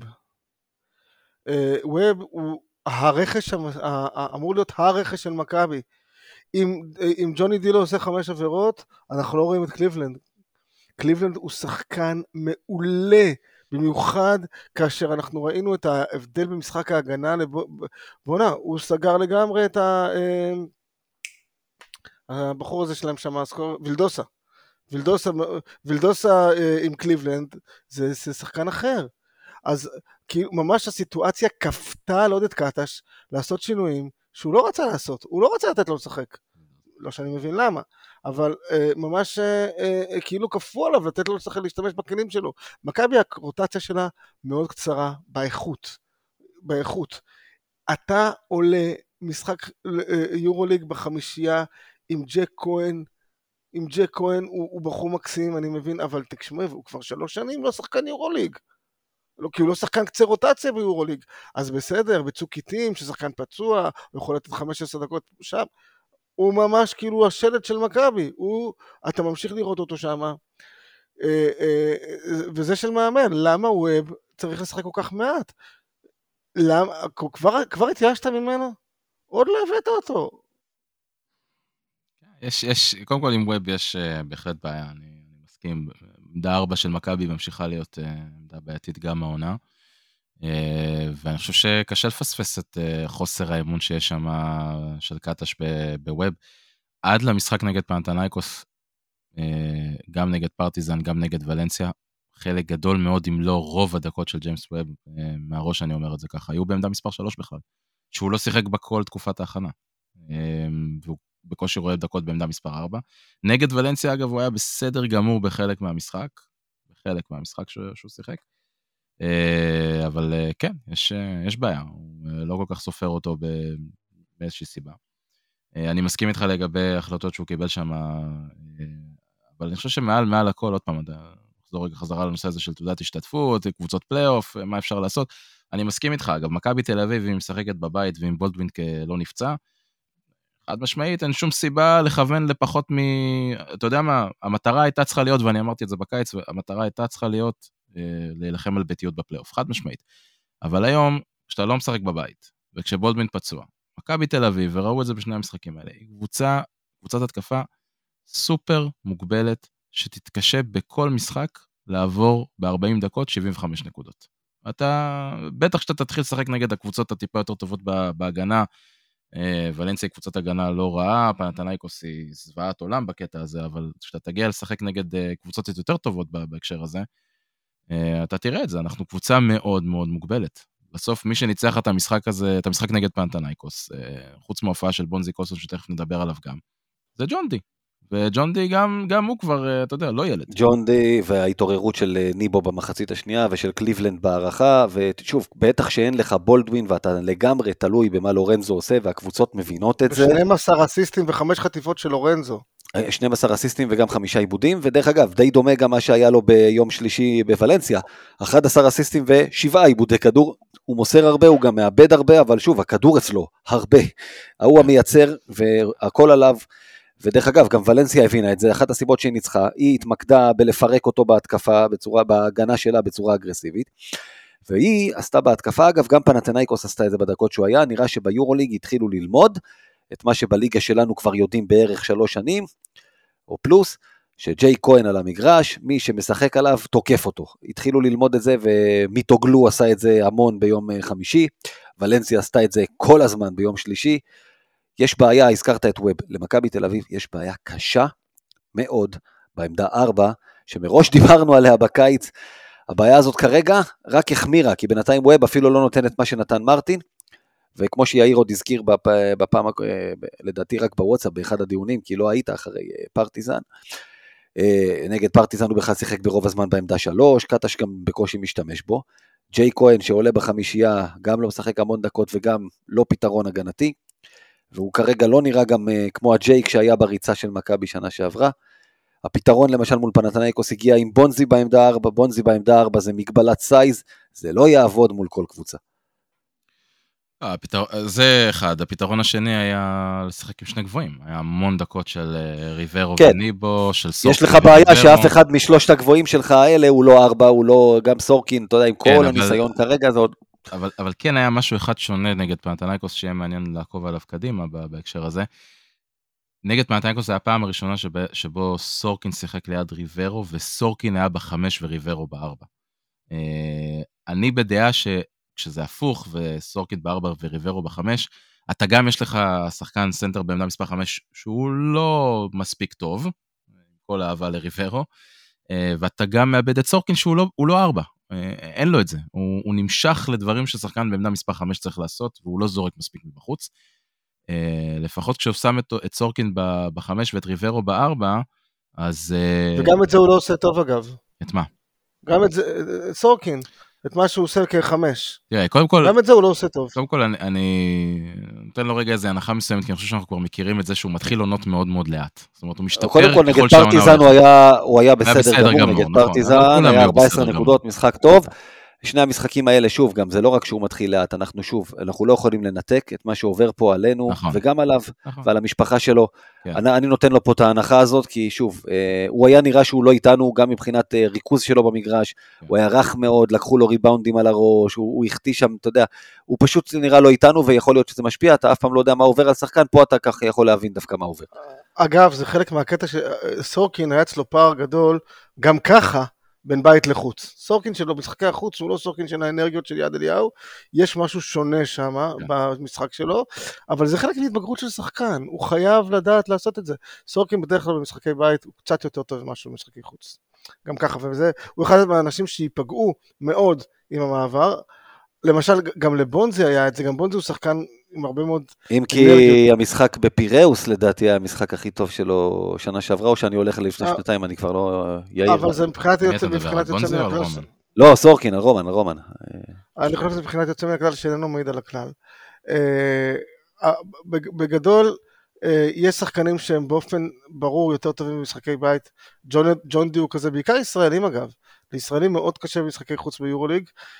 Speaker 3: ווב הוא הרכש, אמור להיות הרכש של מכבי. אם ג'וני דילו עושה חמש עבירות, אנחנו לא רואים את קליבלנד. קליבלנד הוא שחקן מעולה, במיוחד כאשר אנחנו ראינו את ההבדל במשחק ההגנה, בונה, הוא סגר לגמרי את הבחור הזה שלהם שם, וילדוסה, וילדוסה, וילדוסה עם קליבלנד, זה, זה שחקן אחר. אז כאילו ממש הסיטואציה כפתה על עודד קטש לעשות שינויים שהוא לא רצה לעשות, הוא לא רצה לתת לו לשחק, לא שאני מבין למה, אבל אה, ממש אה, אה, כאילו כפו עליו לתת לו לשחק להשתמש בכלים שלו. מכבי הרוטציה שלה מאוד קצרה באיכות, באיכות. אתה עולה משחק אה, יורוליג בחמישייה עם ג'ק כהן, עם ג'ק כהן הוא, הוא בחור מקסים, אני מבין, אבל תקשמע, הוא כבר שלוש שנים לא שחקן יורוליג. לא, כי הוא לא שחקן קצה רוטציה ביורוליג, אז בסדר, בצוק עיתים, ששחקן פצוע, הוא יכול לתת חמש עשרה דקות שם, הוא ממש כאילו השלט של מכבי, הוא, אתה ממשיך לראות אותו שם, אה, אה, וזה של מאמן, למה ווב צריך לשחק כל כך מעט? למה, כבר, כבר התייאשת ממנו? עוד לא הבאת אותו.
Speaker 2: יש, יש, קודם כל עם ווב יש uh, בהחלט בעיה, אני, אני מסכים, עמדה ארבע של מכבי ממשיכה להיות uh, עמדה בעייתית גם העונה, uh, ואני חושב שקשה לפספס את uh, חוסר האמון שיש שם של קטש בווב, עד למשחק נגד פנתנייקוס, uh, גם נגד פרטיזן, גם נגד ולנסיה, חלק גדול מאוד, אם לא רוב הדקות של ג'יימס ווב, uh, מהראש אני אומר את זה ככה, היו בעמדה מספר שלוש בכלל, שהוא לא שיחק בכל תקופת ההכנה, uh, והוא בקושי רואה דקות בעמדה מספר ארבע. נגד ולנסיה, אגב, הוא היה בסדר גמור בחלק מהמשחק, בחלק מהמשחק שהוא, שהוא שיחק. אבל כן, יש, יש בעיה, הוא לא כל כך סופר אותו באיזושהי סיבה. אני מסכים איתך לגבי החלטות שהוא קיבל שם, אבל אני חושב שמעל, מעל הכל, עוד פעם, נחזור רגע חזרה לנושא הזה של תעודת השתתפות, קבוצות פלייאוף, מה אפשר לעשות. אני מסכים איתך, אגב, מכבי תל אביב, היא משחקת בבית, ועם בולדווין לא נפצע, חד משמעית, אין שום סיבה לכוון לפחות מ... אתה יודע מה, המטרה הייתה צריכה להיות, ואני אמרתי את זה בקיץ, המטרה הייתה צריכה להיות אה, להילחם על ביתיות בפלייאוף, חד משמעית. אבל היום, כשאתה לא משחק בבית, וכשבולדווין פצוע, מכבי תל אביב, וראו את זה בשני המשחקים האלה, היא קבוצה, קבוצת התקפה סופר מוגבלת, שתתקשה בכל משחק לעבור ב-ארבעים דקות שבעים וחמש נקודות. אתה, בטח שאתה תתחיל לשחק נגד הקבוצות הטיפה יותר טובות בהגנה, ולנסיה קבוצת הגנה לא רעה, פנתנייקוס היא זוועת עולם בקטע הזה, אבל כשאתה תגיע לשחק נגד קבוצות יותר טובות בהקשר הזה, אתה תראה את זה, אנחנו קבוצה מאוד מאוד מוגבלת. בסוף מי שניצח את המשחק הזה, את המשחק נגד פנתנייקוס, חוץ מההופעה של בונזי קוסון שתכף נדבר עליו גם, זה ג'ון די. וג'ון די גם, גם הוא כבר, אתה יודע, לא ילד.
Speaker 1: ג'ון די וההתעוררות של ניבו במחצית השנייה ושל קליבלנד בערכה, ושוב, בטח שאין לך בולדווין ואתה לגמרי תלוי במה לורנזו עושה, והקבוצות מבינות את זה.
Speaker 3: ו-שנים עשר אסיסטים וחמש חטיפות של לורנזו.
Speaker 1: שנים עשר אסיסטים וגם חמישה עיבודים, ודרך אגב, די דומה גם מה שהיה לו ביום שלישי בוולנסיה, אחד עשר אסיסטים ושבעה עיבודי כדור, הוא מוסר הרבה, הוא גם מאבד הרבה, אבל שוב, הכדור אצלו הרבה. הוא המייצר והכל עליו, ודרך אגב, גם ולנסיה הבינה את זה, אחת הסיבות שהיא ניצחה, היא התמקדה בלפרק אותו בהתקפה, בצורה, בהגנה שלה בצורה אגרסיבית, והיא עשתה בהתקפה, אגב, גם פנתנייקוס עשתה את זה בדקות שהוא היה, נראה שביורוליג התחילו ללמוד, את מה שבליגה שלנו כבר יודעים בערך שלוש שנים, או פלוס, שג'יי כהן על המגרש, מי שמשחק עליו תוקף אותו. התחילו ללמוד את זה, ומיטוגלו עשה את זה המון ביום חמישי, ולנסיה עשתה את זה כל הזמן ביום שלישי. יש בעיה, הזכרת את ווב, למכבי תל אביב יש בעיה קשה מאוד, בעמדה ארבע, שמראש דיברנו עליה בקיץ, הבעיה הזאת כרגע רק החמירה, כי בינתיים ווב אפילו לא נותן את מה שנתן מרטין, וכמו שיאיר עוד הזכיר בפעם, לדעתי רק בוואטסאפ, באחד הדיונים, כי לא היית אחרי פרטיזן, נגד פרטיזן הוא בכלל שיחק ברוב הזמן בעמדה שלוש, קטש גם בקושי משתמש בו, ג'יי כהן שעולה בחמישייה, גם לא משחק המון דקות וגם לא פתרון הגנתי, והוא כרגע לא נראה גם כמו הג'ייק שהיה בריצה של מכבי שנה שעברה, הפתרון למשל מול פנתנייקוס הגיע עם בונזי בעמדה ארבע, בונזי בעמדה ארבע זה מגבלת סייז, זה לא יעבוד מול כל קבוצה.
Speaker 2: הפתר... זה אחד, הפתרון השני היה לשחק עם שני גבוהים, היה המון דקות של ריברו כן. וניבו, של סורקין.
Speaker 1: יש לך בעיה וריברו. שאף אחד משלושת הגבוהים שלך האלה הוא לא ארבע, הוא לא גם סורקין, אתה יודע, עם כן, כל אבל... הניסיון כרגע זה עוד...
Speaker 2: אבל, אבל כן היה משהו אחד שונה נגד פנתנייקוס, שיהיה מעניין לעקוב עליו קדימה בהקשר הזה. נגד פנתנייקוס זה הפעם הראשונה שב, שבו סורקין שיחק ליד ריברו, וסורקין היה בחמש וריברו בארבע. אני בדעה ש... כשזה הפוך, וסורקין בארבע וריברו בחמש, אתה גם יש לך שחקן סנטר בעמדה מספר חמש, שהוא לא מספיק טוב, כל האהבה לריברו, ואתה גם מאבד את סורקין שהוא לא, הוא לא ארבע, אין לו את זה, הוא, הוא נמשך לדברים ששחקן בעמדה מספר חמש צריך לעשות, והוא לא זורק מספיק מבחוץ, לפחות כשהוא שם את, את סורקין בחמש ואת ריברו בארבע, אז...
Speaker 3: וגם את זה הוא לא עושה טוב אגב.
Speaker 2: את מה?
Speaker 3: גם את זה, סורקין. את מה שהוא עושה כחמש.
Speaker 2: תראה, קודם כל...
Speaker 3: גם את זה הוא לא עושה טוב.
Speaker 2: קודם כל, אני, אני נותן לו רגע איזה הנחה מסוימת, כי אני חושב שאנחנו כבר מכירים את זה שהוא מתחיל עונות מאוד מאוד לאט. זאת אומרת, הוא משתפר
Speaker 1: קודם כל, נגד פרטיזן הוא היה, הוא היה בסדר גמור, נגד פרטיזן, היה ארבע עשרה נקודות, משחק טוב. שני המשחקים האלה, שוב, גם זה לא רק שהוא מתחיל לאט, אנחנו שוב, אנחנו לא יכולים לנתק את מה שעובר פה עלינו, נכון. וגם עליו, נכון. ועל המשפחה שלו. כן. אני, אני נותן לו פה את ההנחה הזאת, כי שוב, אה, הוא היה נראה שהוא לא איתנו, גם מבחינת אה, ריכוז שלו במגרש, כן. הוא היה רך מאוד, לקחו לו ריבאונדים על הראש, הוא, הוא הכתיש שם, אתה יודע, הוא פשוט נראה לא איתנו, ויכול להיות שזה משפיע, אתה אף פעם לא יודע מה עובר על שחקן, פה אתה ככה יכול להבין דווקא מה עובר.
Speaker 3: אגב, זה חלק מהקטע שסורקין היה אצלו פער גדול, גם ככה, בין בית לחוץ. סורקין שלו משחקי החוץ, הוא לא סורקין של האנרגיות של יד אליהו, יש משהו שונה שם yeah. במשחק שלו, אבל זה חלק מהתבגרות של שחקן, הוא חייב לדעת לעשות את זה. סורקין בדרך כלל במשחקי בית, הוא קצת יותר טוב משהו במשחקי חוץ. גם ככה, וזה, הוא אחד מהאנשים שיפגעו מאוד עם המעבר, למשל, גם לבונזי היה את זה, גם בונזי הוא שחקן עם הרבה מאוד...
Speaker 1: אם כי המשחק בפיראוס, לדעתי, היה המשחק הכי טוב שלו שנה שעברה, או שאני הולך לפני שנתיים, אני כבר לא יעיר.
Speaker 3: אבל זה מבחינת יוצא מהכלל.
Speaker 1: לא, סורקין, על רומן, על רומן.
Speaker 3: אני חושב שזה מבחינת יוצא מהכלל שאיננו מעיד על הכלל. בגדול, יש שחקנים שהם באופן ברור יותר טובים במשחקי בית. ג'ון די הוא כזה, בעיקר ישראלים אגב. לישראלים מאוד קשה במשחקי חוץ ביורוליג.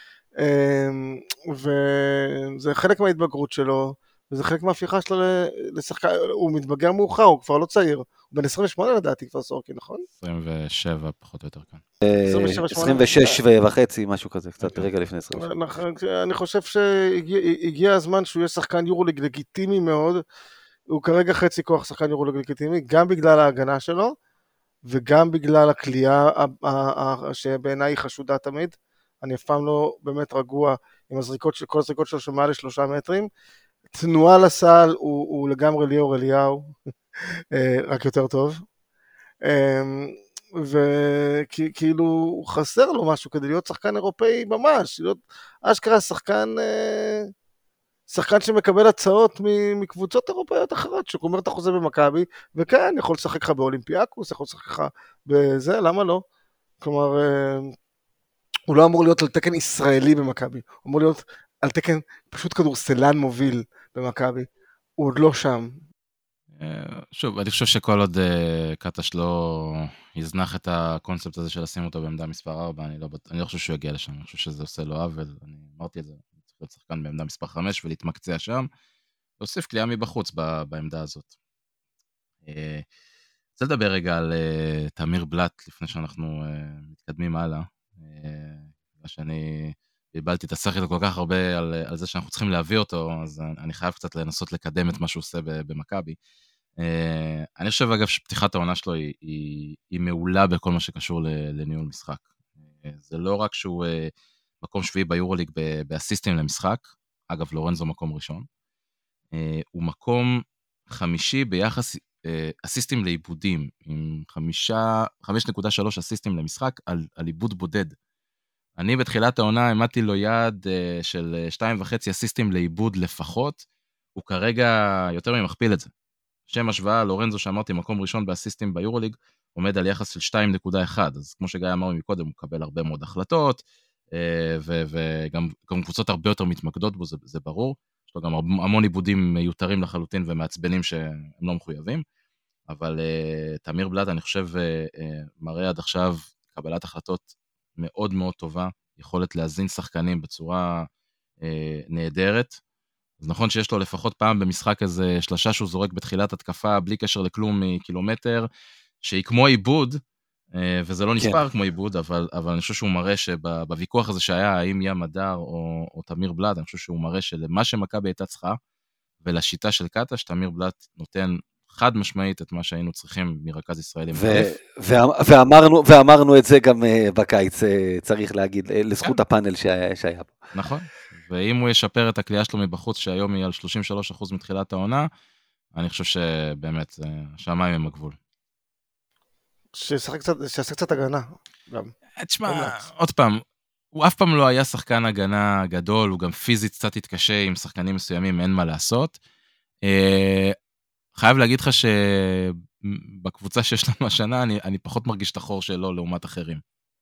Speaker 3: וזה חלק מההתבגרות שלו, וזה חלק מההפיכה שלו לשחקן, הוא מתבגר מאוחר, הוא כבר לא צעיר, הוא בן עשרים ושמונה לדעתי כבר סורקין, נכון?
Speaker 2: עשרים ושבע פחות או יותר כאן.
Speaker 1: עשרים ושש וחצי, משהו כזה, קצת רגע לפני עשרים ושבע.
Speaker 3: אני חושב שהגיע הזמן שהוא יהיה שחקן יורוליג לגיטימי מאוד, הוא כרגע חצי כוח שחקן יורוליג לגיטימי, גם בגלל ההגנה שלו, וגם בגלל הכלייה שבעיניי היא חשודה תמיד, אני אף פעם לא באמת רגוע עם הזריקות של כל הזריקות שלו שמעל לשלושה מטרים. תנועה לסל הוא, הוא לגמרי ליאור אליהו, רק יותר טוב. וכאילו הוא חסר לו משהו כדי להיות שחקן אירופאי ממש, להיות אשכרה שחקן, שחקן שמקבל הצעות מקבוצות אירופאיות אחרות, שגומר את החוזה במכבי, וכן, יכול לשחק לך באולימפיאקוס, יכול לשחק לך בזה, למה לא? כלומר... הוא לא אמור להיות על תקן ישראלי במכבי, הוא אמור להיות על תקן פשוט כדורסלן מוביל במכבי, הוא עוד לא שם.
Speaker 2: שוב, אני חושב שכל עוד קטש לא יזנח את הקונספט הזה של לשים אותו בעמדה מספר ארבע, אני לא, אני לא חושב שהוא יגיע לשם, אני חושב שזה עושה לו עוול, אני אמרתי את זה, צריך להיות שחקן בעמדה מספר חמש ולהתמקצע שם, להוסיף קליעה מבחוץ בעמדה הזאת. רוצה לדבר רגע על תמיר בלט, לפני שאנחנו מתקדמים הלאה, שאני ביבלתי את השכל כל כך הרבה על, על זה שאנחנו צריכים להביא אותו, אז אני חייב קצת לנסות לקדם את מה שהוא עושה במכבי. אני חושב אגב שפתיחת העונה שלו היא, היא, היא מעולה בכל מה שקשור לניהול משחק. זה לא רק שהוא מקום שביעי ביורוליג באסיסטים למשחק, אגב לורנזו מקום ראשון, הוא מקום חמישי ביחס אסיסטים לעיבודים, עם חמש נקודה שלוש אסיסטים למשחק על, על עיבוד בודד. אני בתחילת העונה העמדתי לו יעד של שתיים וחצי אסיסטים לעיבוד לפחות, הוא כרגע יותר ממכפיל את זה. שם השוואה, לורנזו שאמרתי מקום ראשון באסיסטים ביורוליג, עומד על יחס של שתיים נקודה אחת, אז כמו שגיא אמר מקודם, הוא מקבל הרבה מאוד החלטות, וגם קבוצות הרבה יותר מתמקדות בו, זה, זה ברור, יש לו גם המון עיבודים מיותרים לחלוטין ומעצבנים שהם לא מחויבים, אבל תמיר בלט אני חושב מראה עד עכשיו קבלת החלטות מאוד מאוד טובה, יכולת להזין שחקנים בצורה נהדרת, אז נכון שיש לו לפחות פעם במשחק הזה שלושה שהוא זורק בתחילת התקפה, בלי קשר לכלום מקילומטר, שהיא כמו עיבוד, וזה לא נספר כן. כמו עיבוד, אבל, אבל אני חושב שהוא מראה שבוויכוח הזה שהיה, האם ים הדר או, או תמיר בלט, אני חושב שהוא מראה שלמה שמכבי הייתה צריכה, ולשיטה של קטש, תמיר בלט נותן חד משמעית את מה שהיינו צריכים מרכז ישראלי.
Speaker 1: ו- ו- ואמרנו, ואמרנו את זה גם בקיץ, צריך להגיד, לזכות כן. הפאנל שהיה, שהיה פה.
Speaker 2: נכון. ואם הוא ישפר את הקליעה שלו מבחוץ, שהיום היא על שלושים ושלושה אחוז מתחילת העונה, אני חושב שבאמת, השמיים הם הגבול.
Speaker 3: שיעשה קצת, שיעשה קצת הגנה. גם.
Speaker 2: תשמע, עוד פעם, הוא אף פעם לא היה שחקן הגנה גדול, הוא גם פיזית קצת התקשה עם שחקנים מסוימים, אין מה לעשות. חייב להגיד לך שבקבוצה שיש לנו השנה, אני, אני פחות מרגיש את החור שלו לעומת אחרים.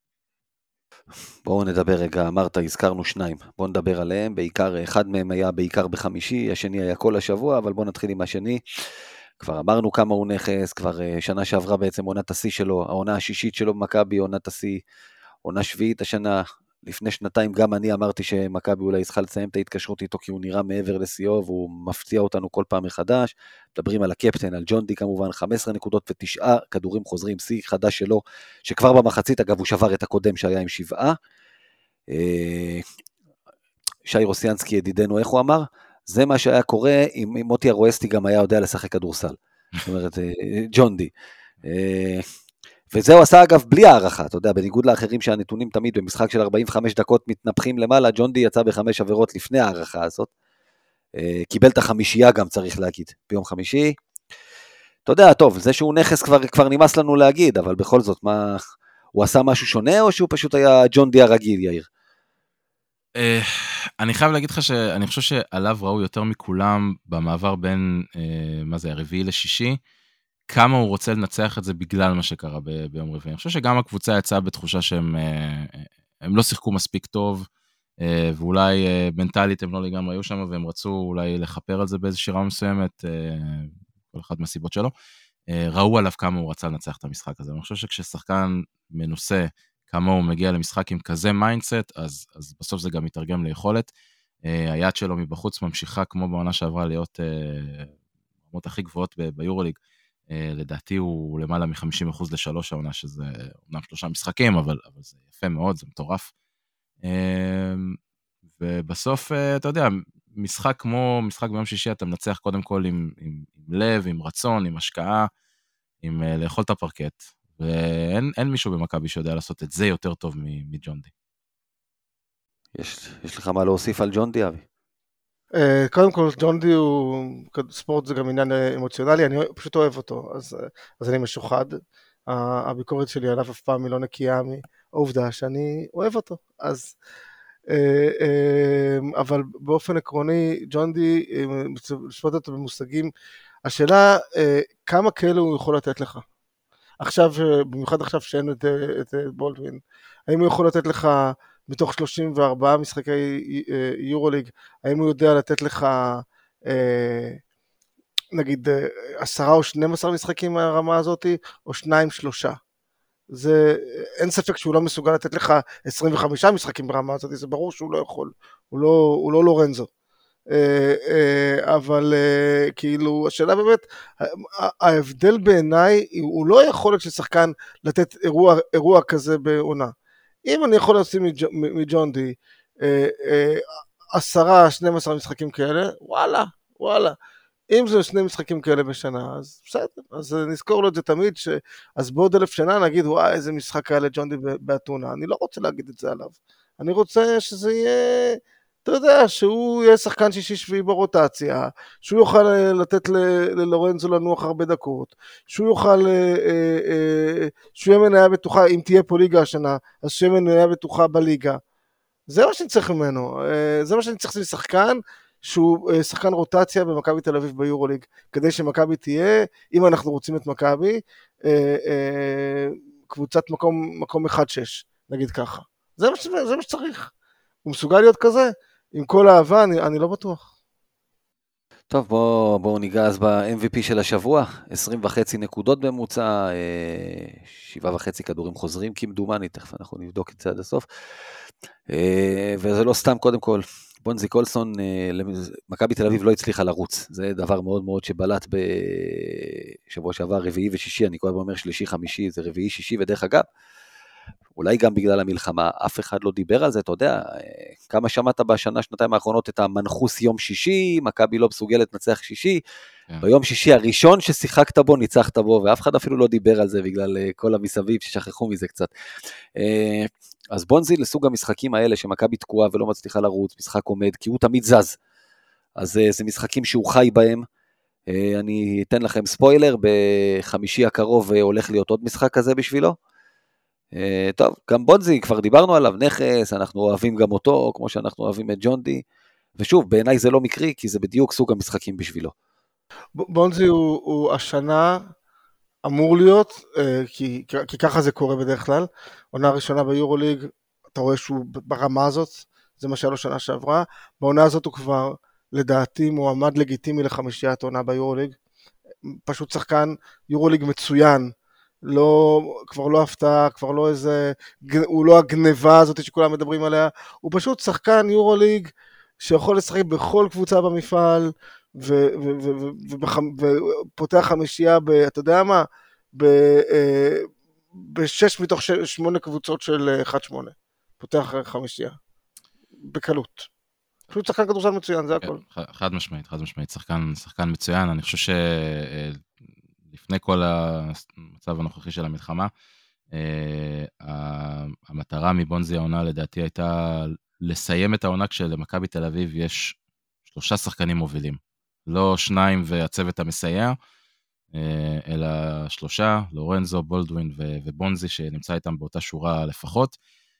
Speaker 1: בואו נדבר רגע, אמרת, הזכרנו שניים, בואו נדבר עליהם, בעיקר, אחד מהם היה בעיקר בחמישי, השני היה כל השבוע, אבל בואו נתחיל עם השני, כבר אמרנו כמה הוא נכס, כבר שנה שעברה בעצם עונת השיא שלו, העונה השישית שלו במכבי, עונת השיא, עונה שביעית השנה, לפני שנתיים גם אני אמרתי שמכבי אולי צריכה לסיים את ההתקשרות איתו, כי הוא נראה מעבר לשיאו, והוא מפציע אותנו כל פעם מחדש, מדברים על הקפטן, על ג'ון די כמובן, חמש עשרה נקודות ותשעה כדורים חוזרים, שיא חדש שלו, שכבר במחצית, אגב הוא שבר את הקודם שהיה עם שבעה, שי רוסיאנסקי ידידנו, איך הוא אמר? זה מה שהיה קורה אם מוטי הרואסטי גם היה יודע לשחק כדורסל, זאת אומרת, ג'ון די, וזהו עשה אגב בלי הערכה, אתה יודע, בניגוד לאחרים שהנתונים תמיד במשחק של ארבעים וחמש דקות מתנפחים למעלה, ג'ון די יצא בחמש עבירות לפני הערכה הזאת, קיבל את החמישייה גם צריך להגיד, ביום חמישי, אתה יודע, טוב, זה שהוא נכס כבר, כבר נמאס לנו להגיד, אבל בכל זאת, מה, הוא עשה משהו שונה, או שהוא פשוט היה ג'ון די הרגיל, יאיר?
Speaker 2: אני חייב להגיד לך שאני חושב שעליו ראו יותר מכולם במעבר בין, מה זה, הרביעי לשישי, כמה הוא רוצה לנצח את זה בגלל מה שקרה ב- ביום רביעי. אני חושב שגם הקבוצה יצאה בתחושה שהם הם לא שיחקו מספיק טוב, ואולי מנטלית הם לא לגמרי היו שם, והם רצו אולי לחפר על זה באיזושהי רמה מסוימת, כל אחד מהסיבות שלו, ראו עליו כמה הוא רצה לנצח את המשחק הזה. אני חושב שכששחקן מנוסה, כמה הוא מגיע למשחק עם כזה מיינדסט, אז, אז בסוף זה גם מתרגם ליכולת. היד שלו מבחוץ ממשיכה כמו בעונה שעברה להיות רמות הכי גבוהות ביורוליג, לדעתי הוא למעלה מ-חמישים אחוז לשלוש העונה, שזה אומנם שלושה משחקים, אבל, אבל זה יפה מאוד, זה מטורף. ובסוף, אתה יודע, משחק כמו משחק ביום שישי, אתה מנצח קודם כל עם, עם, עם לב, עם רצון, עם השקעה, עם לאכול את הפרקט, ואין אין מישהו במכבי שיודע לעשות את זה יותר טוב מג'ון די.
Speaker 1: יש, יש לך מה להוסיף על ג'ון די, אבי?
Speaker 3: קודם כל, ג'ון די הוא, ספורט זה גם עניין אמוציונלי, אני פשוט אוהב אותו, אז, אז אני משוחד. הביקורת שלי עליו אף פעם היא לא נקייה מהעובדה שאני אוהב אותו. אז, אבל באופן עקרוני, ג'ון די, לשפוט אותו במושגים, השאלה כמה כאלו הוא יכול לתת לך. עכשיו, במיוחד עכשיו שאין את, את בולדווין, האם הוא יכול לתת לך מתוך שלושים וארבעה משחקי יורוליג, האם הוא יודע לתת לך נגיד עשרה או שנים עשר משחקים מהרמה הזאת, או שניים שלושה. זה, אין ספק שהוא לא מסוגל לתת לך עשרים וחמישה משחקים ברמה הזאת, זה ברור שהוא לא יכול, הוא לא, הוא לא לורנזו. אבל כאילו, השאלה באמת, ההבדל בעיניי, הוא לא יכולת של שחקן לתת אירוע, אירוע כזה בעונה. אם אני יכול לשים מג'ון די, עשרה, שנים עשר משחקים כאלה, וואלה, וואלה. אם זה שני משחקים כאלה בשנה, אז בסדר, אז נזכור לו את זה תמיד, ש... אז בעוד אלף שנה נגיד, וואי, איזה משחק היה לג'ון די באתונה, אני לא רוצה להגיד את זה עליו, אני רוצה שזה יהיה, אתה יודע, שהוא יהיה שחקן שישי שביעי ברוטציה, שהוא יוכל לתת ללורנזו לנוח הרבה דקות, שהוא יוכל, שהוא יהיה מניה בטוחה, אם תהיה פה ליגה השנה, אז שיהיה מניה בטוחה בליגה, זה מה שאני צריך ממנו, זה מה שאני צריך לשחקן, שהוא שחקן רוטציה במכבי תל אביב ביורוליג, כדי שמכבי תהיה, אם אנחנו רוצים את מכבי, קבוצת מקום, מקום אחד שש, נגיד ככה. זה מה, זה מה שצריך. הוא מסוגל להיות כזה? עם כל האהבה, אני, אני לא בטוח.
Speaker 1: טוב, בואו בוא ניגע אז ב-אם וי פי של השבוע, עשרים וחצי נקודות בממוצע, שבעה וחצי כדורים חוזרים, כמדומני, תכף אנחנו נבדוק את זה עד הסוף. וזה לא סתם, קודם כל, בונזי קולסון, מכבי תל אביב לא הצליחה לרוץ, זה דבר מאוד מאוד שבלט בשבוע שעבר, רביעי ושישי, אני כל הזמן אומר שלישי חמישי, זה רביעי שישי, ודרך אגב, אולי גם בגלל המלחמה, אף אחד לא דיבר על זה, אתה יודע, כמה שמעת בשנה, שנתיים האחרונות את המנחוס יום שישי, מכבי לא מסוגלת נצח שישי, yeah. ביום שישי הראשון ששיחקת בו, ניצחת בו, ואף אחד אפילו לא דיבר על זה, בגלל כל המסביב ששכחו מזה קצת. אז בונזי לסוג המשחקים האלה, שמכבי תקועה ולא מצליחה לרוץ, משחק עומד, כי הוא תמיד זז, אז זה משחקים שהוא חי בהם, אני אתן לכם ספוילר, בחמישי הקרוב הולך להיות עוד משחק כזה בשבילו, טוב, גם בונזי, כבר דיברנו עליו, נכס, אנחנו אוהבים גם אותו, כמו שאנחנו אוהבים את ג'ון די, ושוב, בעיניי זה לא מקרי, כי זה בדיוק סוג המשחקים בשבילו.
Speaker 3: בונזי הוא, הוא השנה אמור להיות, כי, כי ככה זה קורה בדרך כלל, עונה ראשונה ביורוליג, אתה רואה שהוא ברמה הזאת, זה מה שהיה לו שנה שעברה, בעונה הזאת הוא כבר, לדעתי, מועמד לגיטימי לחמישיית עונה ביורוליג, פשוט שחקן יורוליג מצוין, לא, כבר לא הפתעה, כבר לא איזה, הוא לא הגניבה הזאת שכולם מדברים עליה, הוא פשוט שחקן יורוליג שיכול לשחק בכל קבוצה במפעל, ופותח חמישייה, אתה יודע מה, בשש מתוך שמונה קבוצות של אחת שמונה, פותח חמישייה, בקלות. פשוט שחקן כדורסל מצוין, זה הכל.
Speaker 2: חד משמעית, חד משמעית, שחקן, שחקן מצוין, אני חושב ש... לפני כל המצב הנוכחי של המלחמה, המטרה מבונזי העונה לדעתי הייתה לסיים את העונה כשלמכבי תל אביב יש שלושה שחקנים מובילים, לא שניים והצוות המסייע, אלא שלושה, לורנזו, בולדווין ובונזי שנמצא איתם באותה שורה לפחות.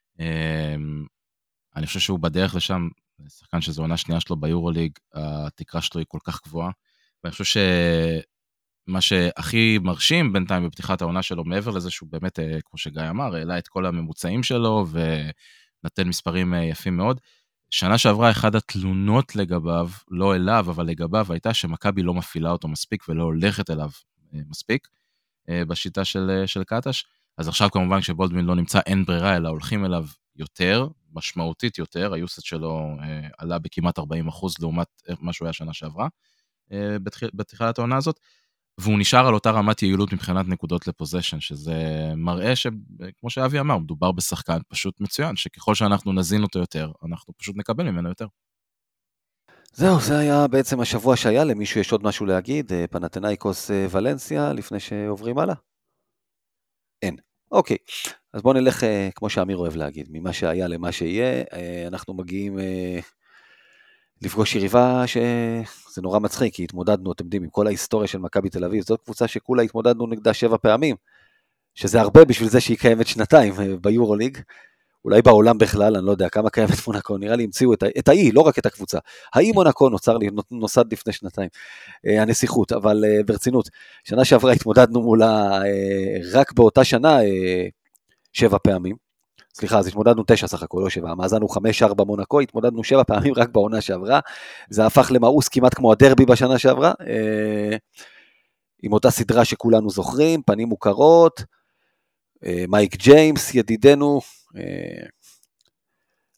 Speaker 2: אני חושב שהוא בדרך לשם, שחקן שזו עונה שנייה שלו ביורוליג, התקרה שלו היא כל כך גבוהה, ואני חושב ש... מה שהכי מרשים בינתיים בפתיחת העונה שלו, מעבר לזה שהוא באמת, כמו שגיא אמר, העלה את כל הממוצעים שלו, ונתן מספרים יפים מאוד. שנה שעברה, אחד התלונות לגביו, לא אליו, אבל לגביו, הייתה שמכבי לא מפעילה אותו מספיק, ולא הולכת אליו מספיק, בשיטה של, של קטש. אז עכשיו כמובן, כשבולדווין לא נמצא, אין ברירה, אלא הולכים אליו יותר, משמעותית יותר, היוסט שלו עלה בכמעט ארבעים אחוז, לעומת מה שהוא היה שנה שעברה, בתחילת העונה הזאת, והוא נשאר על אותה רמת יעילות מבחינת נקודות לפוזיישן, שזה מראה שכמו שאבי אמר, מדובר בשחקן פשוט מצוין, שככל שאנחנו נזין אותו יותר, אנחנו פשוט נקבל ממנו יותר.
Speaker 1: זהו, זה היה בעצם השבוע שהיה, למישהו יש עוד משהו להגיד, פנתנאיקוס ולנסיה, לפני שעוברים הלאה? אין. אוקיי, אז בואו נלך, כמו שאמיר אוהב להגיד, ממה שהיה למה שיהיה, אנחנו מגיעים... לפגוש יריבה שזה נורא מצחיק, כי התמודדנו, אתם יודעים, עם כל ההיסטוריה של מכבי תל אביב, זאת קבוצה שכולה התמודדנו נגדה שבע פעמים, שזה הרבה בשביל זה שהיא קיימת שנתיים ביורוליג, אולי בעולם בכלל, אני לא יודע כמה קיימת מונקו, נראה לי המציאו את האי, לא רק את הקבוצה, האי מונקו נוצר לי, נוסד לפני שנתיים, הנסיכות, אבל ברצינות, שנה שעברה התמודדנו מולה רק באותה שנה שבע פעמים, סליחה, אז התמודדנו תשע סך הכל, לא שבע, המאזן הוא חמש ארבע מונקו, התמודדנו שבע פעמים רק בעונה שעברה, זה הפך למאוס כמעט כמו הדרבי בשנה שעברה, עם אותה סדרה שכולנו זוכרים, פנים מוכרות, מייק ג'יימס, ידידנו,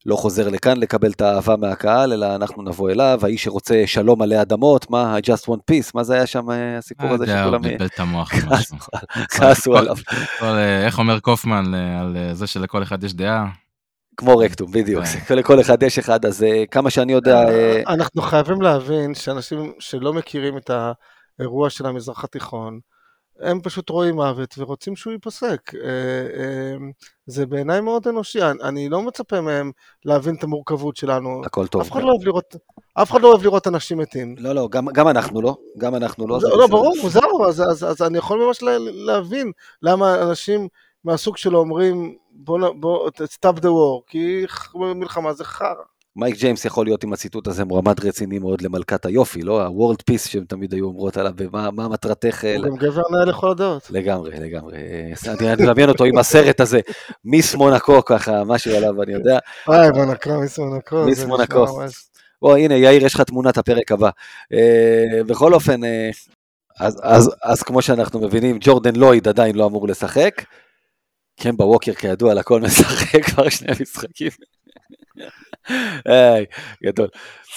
Speaker 1: לא חוזר לכאן לקבל את האהבה מהקהל, אלא אנחנו נבוא אליו, האיש שרוצה שלום עלי אדמות, מה, I just want peace, מה זה היה שם הסיפור הזה
Speaker 2: שכולם...
Speaker 1: שכולם...
Speaker 2: בלבל את המוח משהו.
Speaker 1: כעסו עליו.
Speaker 2: איך אומר קופמן על זה שלכל אחד יש דעה?
Speaker 1: כמו רקטום, בדיוק, לכל אחד יש אחד, אז כמה שאני יודע...
Speaker 3: אנחנו חייבים להבין שאנשים שלא מכירים את האירוע של המזרח התיכון, הם פשוט רואים מוות ורוצים שהוא ייפסק. זה בעיניי מאוד אנושי, אני לא מצפה מהם להבין את המורכבות שלנו.
Speaker 1: הכל טוב.
Speaker 3: אף אחד לא אוהב לראות, אף אחד לא אוהב לראות אנשים מתים.
Speaker 1: לא, לא, גם, גם אנחנו לא, גם אנחנו לא.
Speaker 3: לא, ברור, מוזר, אז, אז, אז אני יכול ממש להבין למה אנשים מהסוג שלו אומרים, בוא, בוא, stop the war, כי מלחמה זה חרא.
Speaker 1: מייק ג'יימס יכול להיות עם הציטוט הזה מועמד רציני מאוד למלכת היופי, לא? ה-World Peace שהם תמיד היו אומרות עליו, ומה מה מטרתך...
Speaker 3: הוא גם גבר נאה לכל הדעות.
Speaker 1: לגמרי, לגמרי. אני מדמיין אותו עם הסרט הזה, מיס מונקו ככה, משהו עליו, אני יודע.
Speaker 3: וואי, מונקו, מיס מונקו.
Speaker 1: מיס מונקו. בוא, הנה, יאיר, יש לך תמונת הפרק הבא. בכל אופן, אז, אז, אז כמו שאנחנו מבינים, ג'ורדן לויד עדיין לא אמור לשחק, כן, בווקר כידוע לכל משחק כבר שני משחקים. היי, גדול.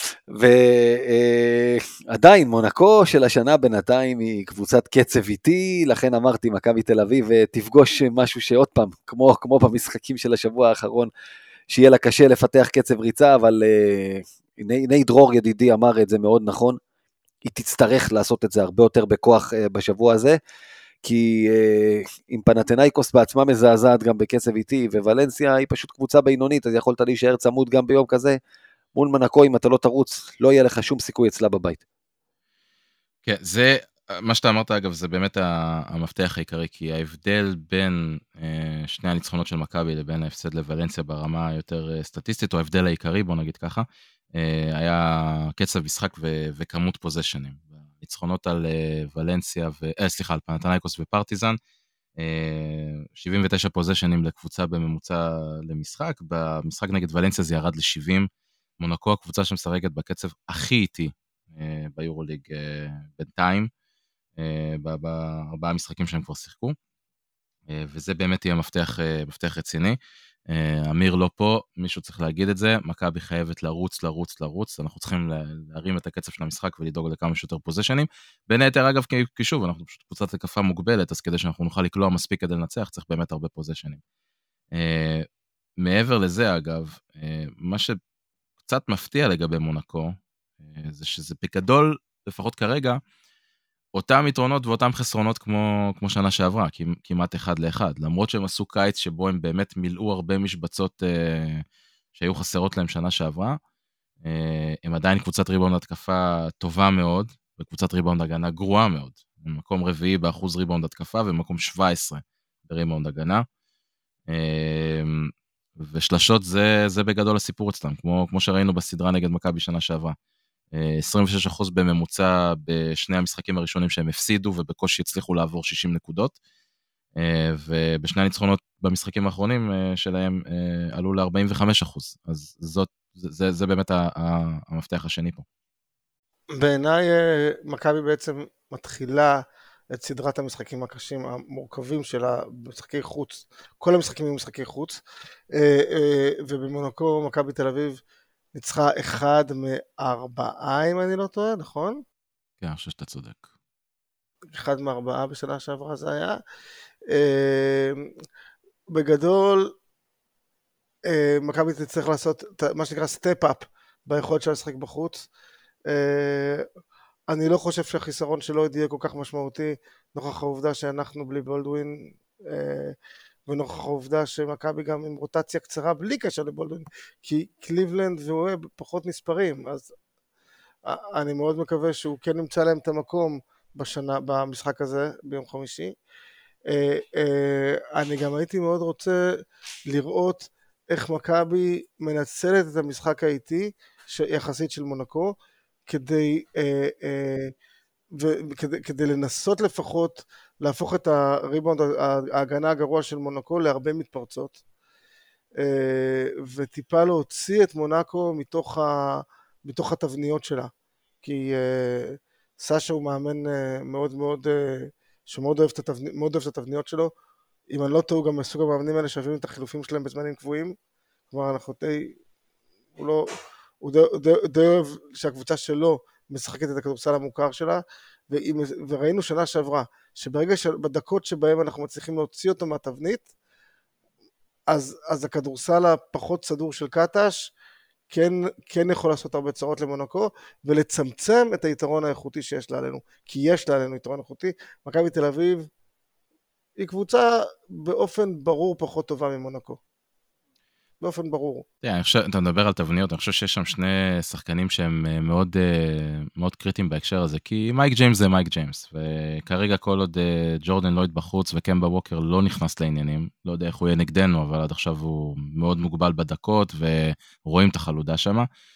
Speaker 1: ועדיין מונקו של השנה בינתיים היא קבוצת קצב איטי, לכן אמרתי מכבי תל אביב תפגוש משהו שעוד פעם, כמו, כמו במשחקים של השבוע האחרון, שיהיה לה קשה לפתח קצב ריצה, אבל ני דרור ידידי אמר את זה מאוד נכון, היא תצטרך לעשות את זה הרבה יותר בכוח בשבוע הזה, כי עם פנתנאיקוס בעצמה מזעזעת גם בקצב איטי, וולנסיה היא פשוט קבוצה בינונית, אז יכולת להישאר צמוד גם ביום כזה, מול מונקו אם אתה לא תרוץ, לא יהיה לך שום סיכוי אצלה בבית.
Speaker 2: כן, זה, מה שאתה אמרת אגב, זה באמת המפתח העיקרי, כי ההבדל בין שני הניצחונות של מכבי לבין ההפסד לוולנסיה ברמה היותר סטטיסטית, או ההבדל העיקרי, בוא נגיד ככה, היה קצב משחק וכמות פוזיישנים. ניצחונות על ולנסיה, ו... סליחה, על פנתנאיקוס ופרטיזן, שבעים ותשע פוזיישנים לקבוצה בממוצע למשחק, במשחק נגד ולנסיה זה ירד ל-שבעים, מונקו הקבוצה שמשחקת בקצב הכי איטי ביורוליג בינתיים, בארבעה משחקים שהם כבר שיחקו, וזה באמת יהיה מפתח, מפתח רציני. אמיר לא פה, מישהו צריך להגיד את זה, מכבי חייבת לרוץ, לרוץ, לרוץ, אנחנו צריכים להרים את הקצב של המשחק ולדאוג לכמה שיותר פוזיישנים, בין היתר אגב, כי שוב, אנחנו פשוט קבוצת התקפה מוגבלת, אז כדי שאנחנו נוכל לקלוע מספיק כדי לנצח, צריך באמת הרבה פוזיישנים. מעבר לזה אגב, מה שקצת מפתיע לגבי מונקו, זה שזה בגדול, לפחות כרגע, אותם יתרונות ואותם חסרונות כמו, כמו שנה שעברה, כמעט אחד לאחד, למרות שהם עשו קיץ שבו הם באמת מילאו הרבה משבצות אה, שהיו חסרות להם שנה שעברה, אה, הם עדיין קבוצת ריבאונד התקפה טובה מאוד, וקבוצת ריבאונד הגנה גרועה מאוד, מקום רביעי באחוז ריבאונד התקפה, ומקום שבע עשרה בריבאונד הגנה, אה, ושלשות זה, זה בגדול הסיפור אצלם, כמו, כמו שראינו בסדרה נגד מכבי שנה שעברה. עשרים ושש אחוז בממוצע בשני המשחקים הראשונים שהם הפסידו, ובקושי הצליחו לעבור שישים נקודות, ובשני הניצחונות במשחקים האחרונים שלהם עלו ל-ארבעים וחמישה אחוז, אז זאת, זה, זה באמת המפתח השני פה.
Speaker 3: בעיניי מכבי בעצם מתחילה את סדרת המשחקים הקשים המורכבים שלה במשחקי חוץ, כל המשחקים הם משחקי חוץ, ובמונקו מכבי תל אביב ניצחה אחד מארבעה, אם אני לא טועה, נכון?
Speaker 2: כן, אני חושב שאתה צודק.
Speaker 3: אחד מארבעה בשנה שעברה זה היה. בגדול, מכבי תצטרך לעשות מה שנקרא סטפ-אפ ביכולת שלה לשחק בחוץ. אני לא חושב שהחיסרון שלו יהיה כל כך משמעותי, נוכח העובדה שאנחנו בלי בולדווין, ונוכח העובדה שמכבי גם עם רוטציה קצרה בלי קשר לבולדווין, כי קליבלנד וווב פחות נספרים, אז אני מאוד מקווה שהוא כן נמצא להם את המקום בשנה, במשחק הזה ביום חמישי. אני גם הייתי מאוד רוצה לראות איך מכבי מנצלת את המשחק האיטי יחסית של מונקו, כדי וכדי כדי לנסות לפחות להפוך את הריבאונד, ההגנה הגרוע של מונקו להרבה מתפרצות, וטיפה להוציא את מונקו מתוך ה, מתוך התבניות שלה, כי סשה הוא מאמן מאוד מאוד, שמאוד אוהב את התבניות, מאוד אוהב את התבניות שלו, אם אני לא טועה גם מסוג המאמנים האלה שאוהבים את החילופים שלהם בזמנים קבועים, כלומר אנחנו די הוא לא, הוא די, די, די אוהב שהקבוצה שלו משחקת את הכדורסל המוכר שלה, וראינו שנה שעברה, שברגע שבדקות שבהם אנחנו מצליחים להוציא אותו מהתבנית, אז, אז הכדורסל הפחות סדור של קטש, כן, כן יכול לעשות הרבה צרות למונקו, ולצמצם את היתרון האיכותי שיש לה עלינו, כי יש לה עלינו יתרון איכותי. מכבי תל אביב היא קבוצה באופן ברור פחות טובה ממונקו. באופן ברור.
Speaker 2: אני חושב, אתה מדבר על תבניות, אני חושב שיש שם שני שחקנים שהם מאוד, מאוד קריטיים בהקשר הזה, כי מייק ג'יימס זה מייק ג'יימס, וכרגע כל עוד ג'ורדן לויד בחוץ וקמבה ווקר לא נכנס לעניינים, לא יודע איך הוא יהיה נגדנו, אבל עד עכשיו הוא מאוד מוגבל בדקות, ורואים את החלודה שם.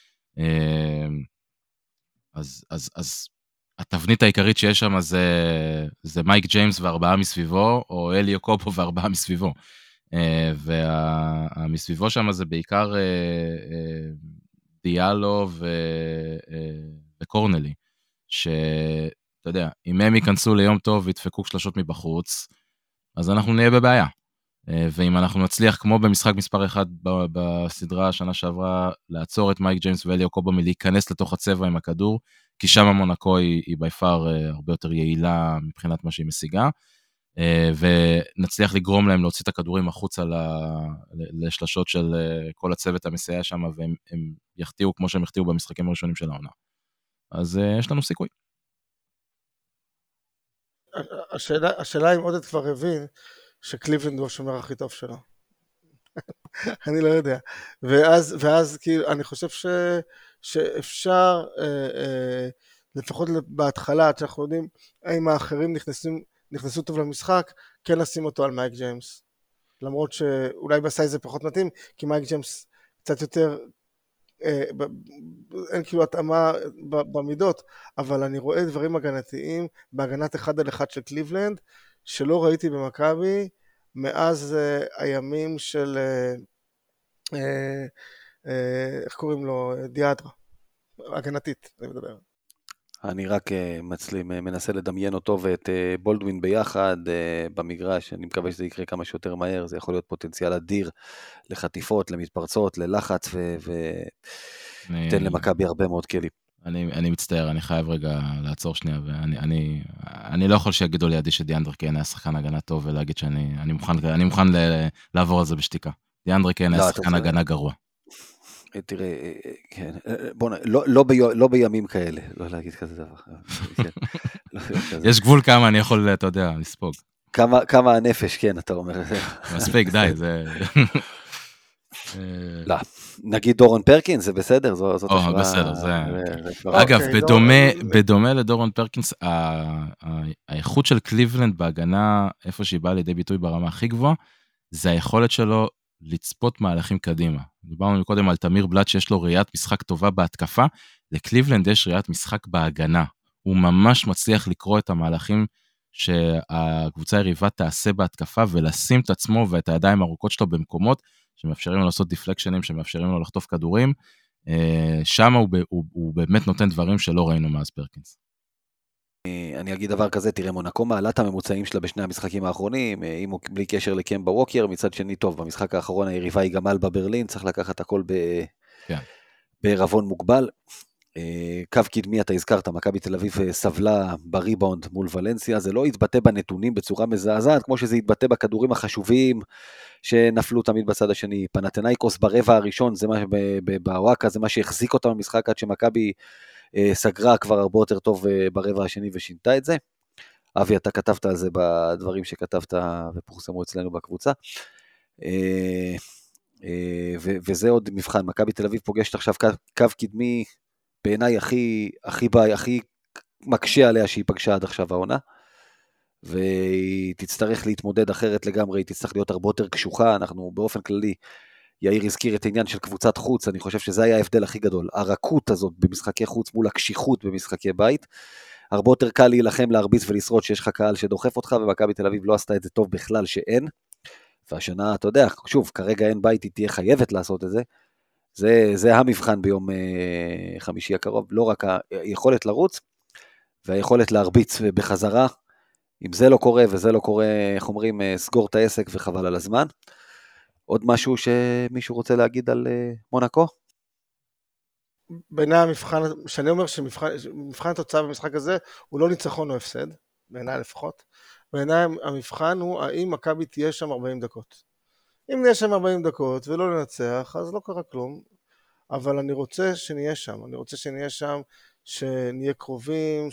Speaker 2: אז, אז, אז התבנית העיקרית שיש שם זה, זה מייק ג'יימס וארבעה מסביבו, או אלי אוקופו וארבעה מסביבו. ומסביבו שם זה בעיקר דיאלו וקורנלי, שאתה יודע, אם הם ייכנסו ליום טוב וידפקו שלשות מבחוץ, אז אנחנו נהיה בבעיה. ואם אנחנו נצליח, כמו במשחק מספר אחד בסדרה השנה שעברה, לעצור את מייק ג'יימס ואלי אוקופו מלהיכנס לתוך הצבע עם הכדור, כי שם מונקו היא, היא ביפר הרבה יותר יעילה מבחינת מה שהיא משיגה, ונצליח לגרום להם להוציא את הכדורים החוצה לשלשות של כל הצוות המסייע שם, והם יחטיאו כמו שהם יחטיאו במשחקים הראשונים של העונה. אז יש לנו סיכוי.
Speaker 3: השאלה, השאלה אם עודד כבר הבין שקליבלנד הוא השומר הכי טוב שלו. אני לא יודע. ואז, ואז כאילו, אני חושב ש, שאפשר, אה, אה, לפחות בהתחלה, שאנחנו יודעים, האם האחרים נכנסים, נכנסו טוב למשחק, כן לשים אותו על מייק ג'יימס. למרות שאולי בסייז זה פחות מתאים, כי מייק ג'יימס קצת יותר, אה, ב, אין כאילו התאמה במידות, אבל אני רואה דברים הגנתיים, בהגנת אחד על אחד של קליבלנד, שלא ראיתי במכבי, מאז uh, הימים של, uh, uh, uh, איך קוראים לו, דיאדרה, הגנתית, אני מדבר.
Speaker 1: אני רק uh, מצלים, uh, מנסה לדמיין אותו ואת uh, בולדווין ביחד uh, במגרש, אני מקווה שזה יקרה כמה שיותר מהר, זה יכול להיות פוטנציאל אדיר לחטיפות, למתפרצות, ללחץ, ותן אני... למכבי הרבה מאוד כלים.
Speaker 2: אני, אני מצטער, אני חייב רגע לעצור שנייה, ואני אני, אני לא יכול שיגידו לידי שדיאנדרה קיין היה שחקן הגנה טוב, ולהגיד שאני אני מוכן, אני מוכן ל, לעבור על זה בשתיקה. דיאנדרה קיין היה שחקן הגנה גרוע.
Speaker 1: תראה, כן, בוא, לא, לא, בי, לא בימים כאלה, לא להגיד כזה דבר.
Speaker 2: יש גבול כמה אני יכול, אתה יודע, לספוג.
Speaker 1: כמה, כמה הנפש, כן, אתה אומר.
Speaker 2: מספיק, די, זה...
Speaker 1: לא, נגיד דורון פרקינס, זה בסדר? זאת
Speaker 2: השוואה. בסדר, זה... אגב, בדומה לדורון פרקינס, האיכות של קליבלנד בהגנה, איפה שהיא באה לידי ביטוי ברמה הכי גבוהה, זה היכולת שלו לצפות מהלכים קדימה. דיברנו קודם על תמיר בלאט שיש לו ראיית משחק טובה בהתקפה, לקליבלנד יש ראיית משחק בהגנה. הוא ממש מצליח לקרוא את המהלכים שהקבוצה היריבה תעשה בהתקפה, ולשים את עצמו ואת הידיים הארוכות שלו במקומות, שמאפשרים לו לעשות דיפלקשנים, שמאפשרים לו לחטוף כדורים, שם הוא, הוא, הוא באמת נותן דברים שלא ראינו מאז פרקינס.
Speaker 1: אני אגיד דבר כזה, תראה, מונקו מעלה את הממוצעים שלה בשני המשחקים האחרונים, אם הוא בלי קשר לקמבה ווקר, מצד שני טוב, במשחק האחרון היריבה היא גמל בברלין, צריך לקחת הכל ב... כן. בערבון מוגבל. קו קדמי, אתה הזכרת, מכבי תל אביב סבלה בריבאונד מול ולנסיה, זה לא התבטא בנתונים בצורה מזעזעת, כמו שזה התבטא בכדורים החשובים שנפלו תמיד בצד השני. פנתנייקוס ברבע הראשון, זה מה, בוואקה, זה מה שהחזיק אותם במשחק, עד שמכבי סגרה כבר הרבה יותר טוב ברבע השני ושינתה את זה. אבי, אתה כתבת על זה בדברים שכתבת ופורסמו אצלנו בקבוצה. וזה עוד מבחן, מכבי תל אביב פוגשת עכשיו קו קדמי, בעיניי הכי, הכי, הכי מקשה עליה שהיא פגשה עד עכשיו העונה, והיא תצטרך להתמודד אחרת לגמרי, היא תצטרך להיות הרבה יותר קשוחה. אנחנו באופן כללי, יאיר הזכיר את העניין של קבוצת חוץ, אני חושב שזה היה ההבדל הכי גדול, הרכות הזאת במשחקי חוץ מול הקשיחות במשחקי בית, הרבה יותר קל להילחם, להרביץ ולשרוד שיש לך קהל שדוחף אותך, ומכבי תל אביב לא עשתה את זה טוב בכלל שאין, והשנה, אתה יודע, שוב, כרגע אין בית, היא תהיה חייבת לעשות את זה, זה, זה המבחן ביום אה, חמישי הקרוב, לא רק היכולת לרוץ, והיכולת להרביץ בחזרה, אם זה לא קורה וזה לא קורה, איך אומרים, סגור את העסק וחבל על הזמן. עוד משהו שמישהו רוצה להגיד על אה, מונקו?
Speaker 3: בעיניי המבחן, שאני אומר שמבחן התוצאה במשחק הזה הוא לא ניצחון או הפסד, בעיניי לפחות. בעיניי המבחן הוא האם מכבי תהיה שם ארבעים דקות. אם נהיה שם ארבעים דקות ולא לנצח, אז לא קרה כלום. אבל אני רוצה שנהיה שם, אני רוצה שנהיה שם, שנהיה קרובים,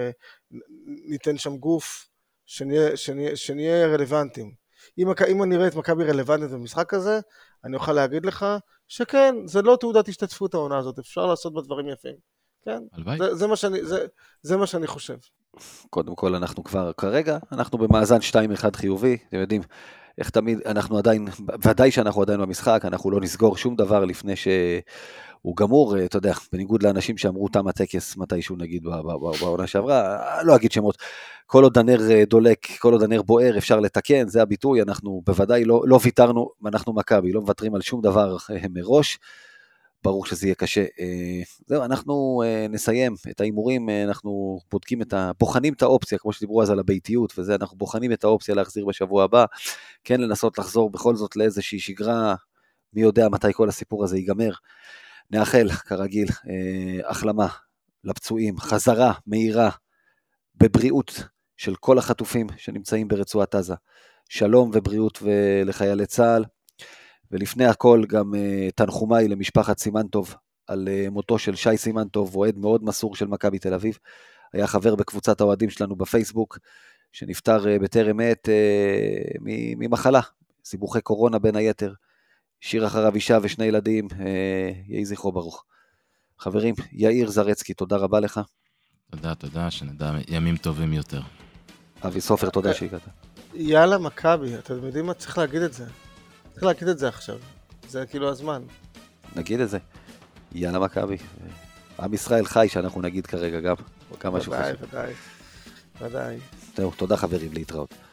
Speaker 3: שניתן שם גוף, שנהיה, שנהיה, שנהיה רלוונטיים. אם, אם אני אראה את מכבי רלוונטית במשחק הזה, אני אוכל להגיד לך שכן, זה לא תעודת השתתפות העונה הזאת, אפשר לעשות בה דברים יפים. כן? זה, זה, מה שאני, זה, זה מה שאני חושב.
Speaker 1: קודם כל אנחנו כבר, כרגע, אנחנו במאזן שתיים אחד חיובי, אתם יודעים, איך תמיד, אנחנו עדיין, ודאי שאנחנו עדיין במשחק, אנחנו לא נסגור שום דבר לפני שהוא גמור, אתה יודע, בניגוד לאנשים שאמרו תם הטקס מתישהו נגיד בעונה שעברה, לא אגיד שמות, כל עוד הנר דולק, כל עוד הנר בוער, אפשר לתקן, זה הביטוי, אנחנו בוודאי לא, לא ויתרנו, אנחנו מכבי, לא מוותרים על שום דבר מראש, ברור שזה יהיה קשה. זהו, אנחנו נסיים את האימורים, אנחנו בודקים את ה... בוחנים את האופציה, כמו שדיברו אז על הביתיות, וזה, אנחנו בוחנים את האופציה להחזיר בשבוע הבא, כן לנסות לחזור בכל זאת לאיזושהי שגרה, מי יודע מתי כל הסיפור הזה ייגמר. נאחל, כרגיל, החלמה לפצועים, חזרה מהירה, בבריאות של כל החטופים שנמצאים ברצועת עזה. שלום ובריאות לחיילי צה"ל. ולפני הכל גם uh, תנחומיי למשפחת סימנטוב על uh, מותו של שי סימנטוב, אוהד מאוד מסור של מכבי תל אביב, היה חבר בקבוצת האוהדים שלנו בפייסבוק, שנפטר uh, בטרם עת uh, ממחלה, סיבוכי קורונה בין היתר, שיר אחריו אישה ושני ילדים, uh, יהי זכרו ברוך. חברים, יאיר זרצקי, תודה רבה לך.
Speaker 2: תודה, תודה, שנדע ימים טובים יותר.
Speaker 1: אבי סופר, תודה שהגעת.
Speaker 3: יאללה מכבי, אתם יודעים מה? צריך להגיד את זה. צריך להגיד את זה עכשיו, זה כאילו הזמן.
Speaker 1: נגיד את זה, יאללה מכבי, עם ישראל חי שאנחנו נגיד כרגע גם, כמה שהוא חשוב.
Speaker 3: ודאי, ודאי, ודאי.
Speaker 1: תודה חברים, להתראות.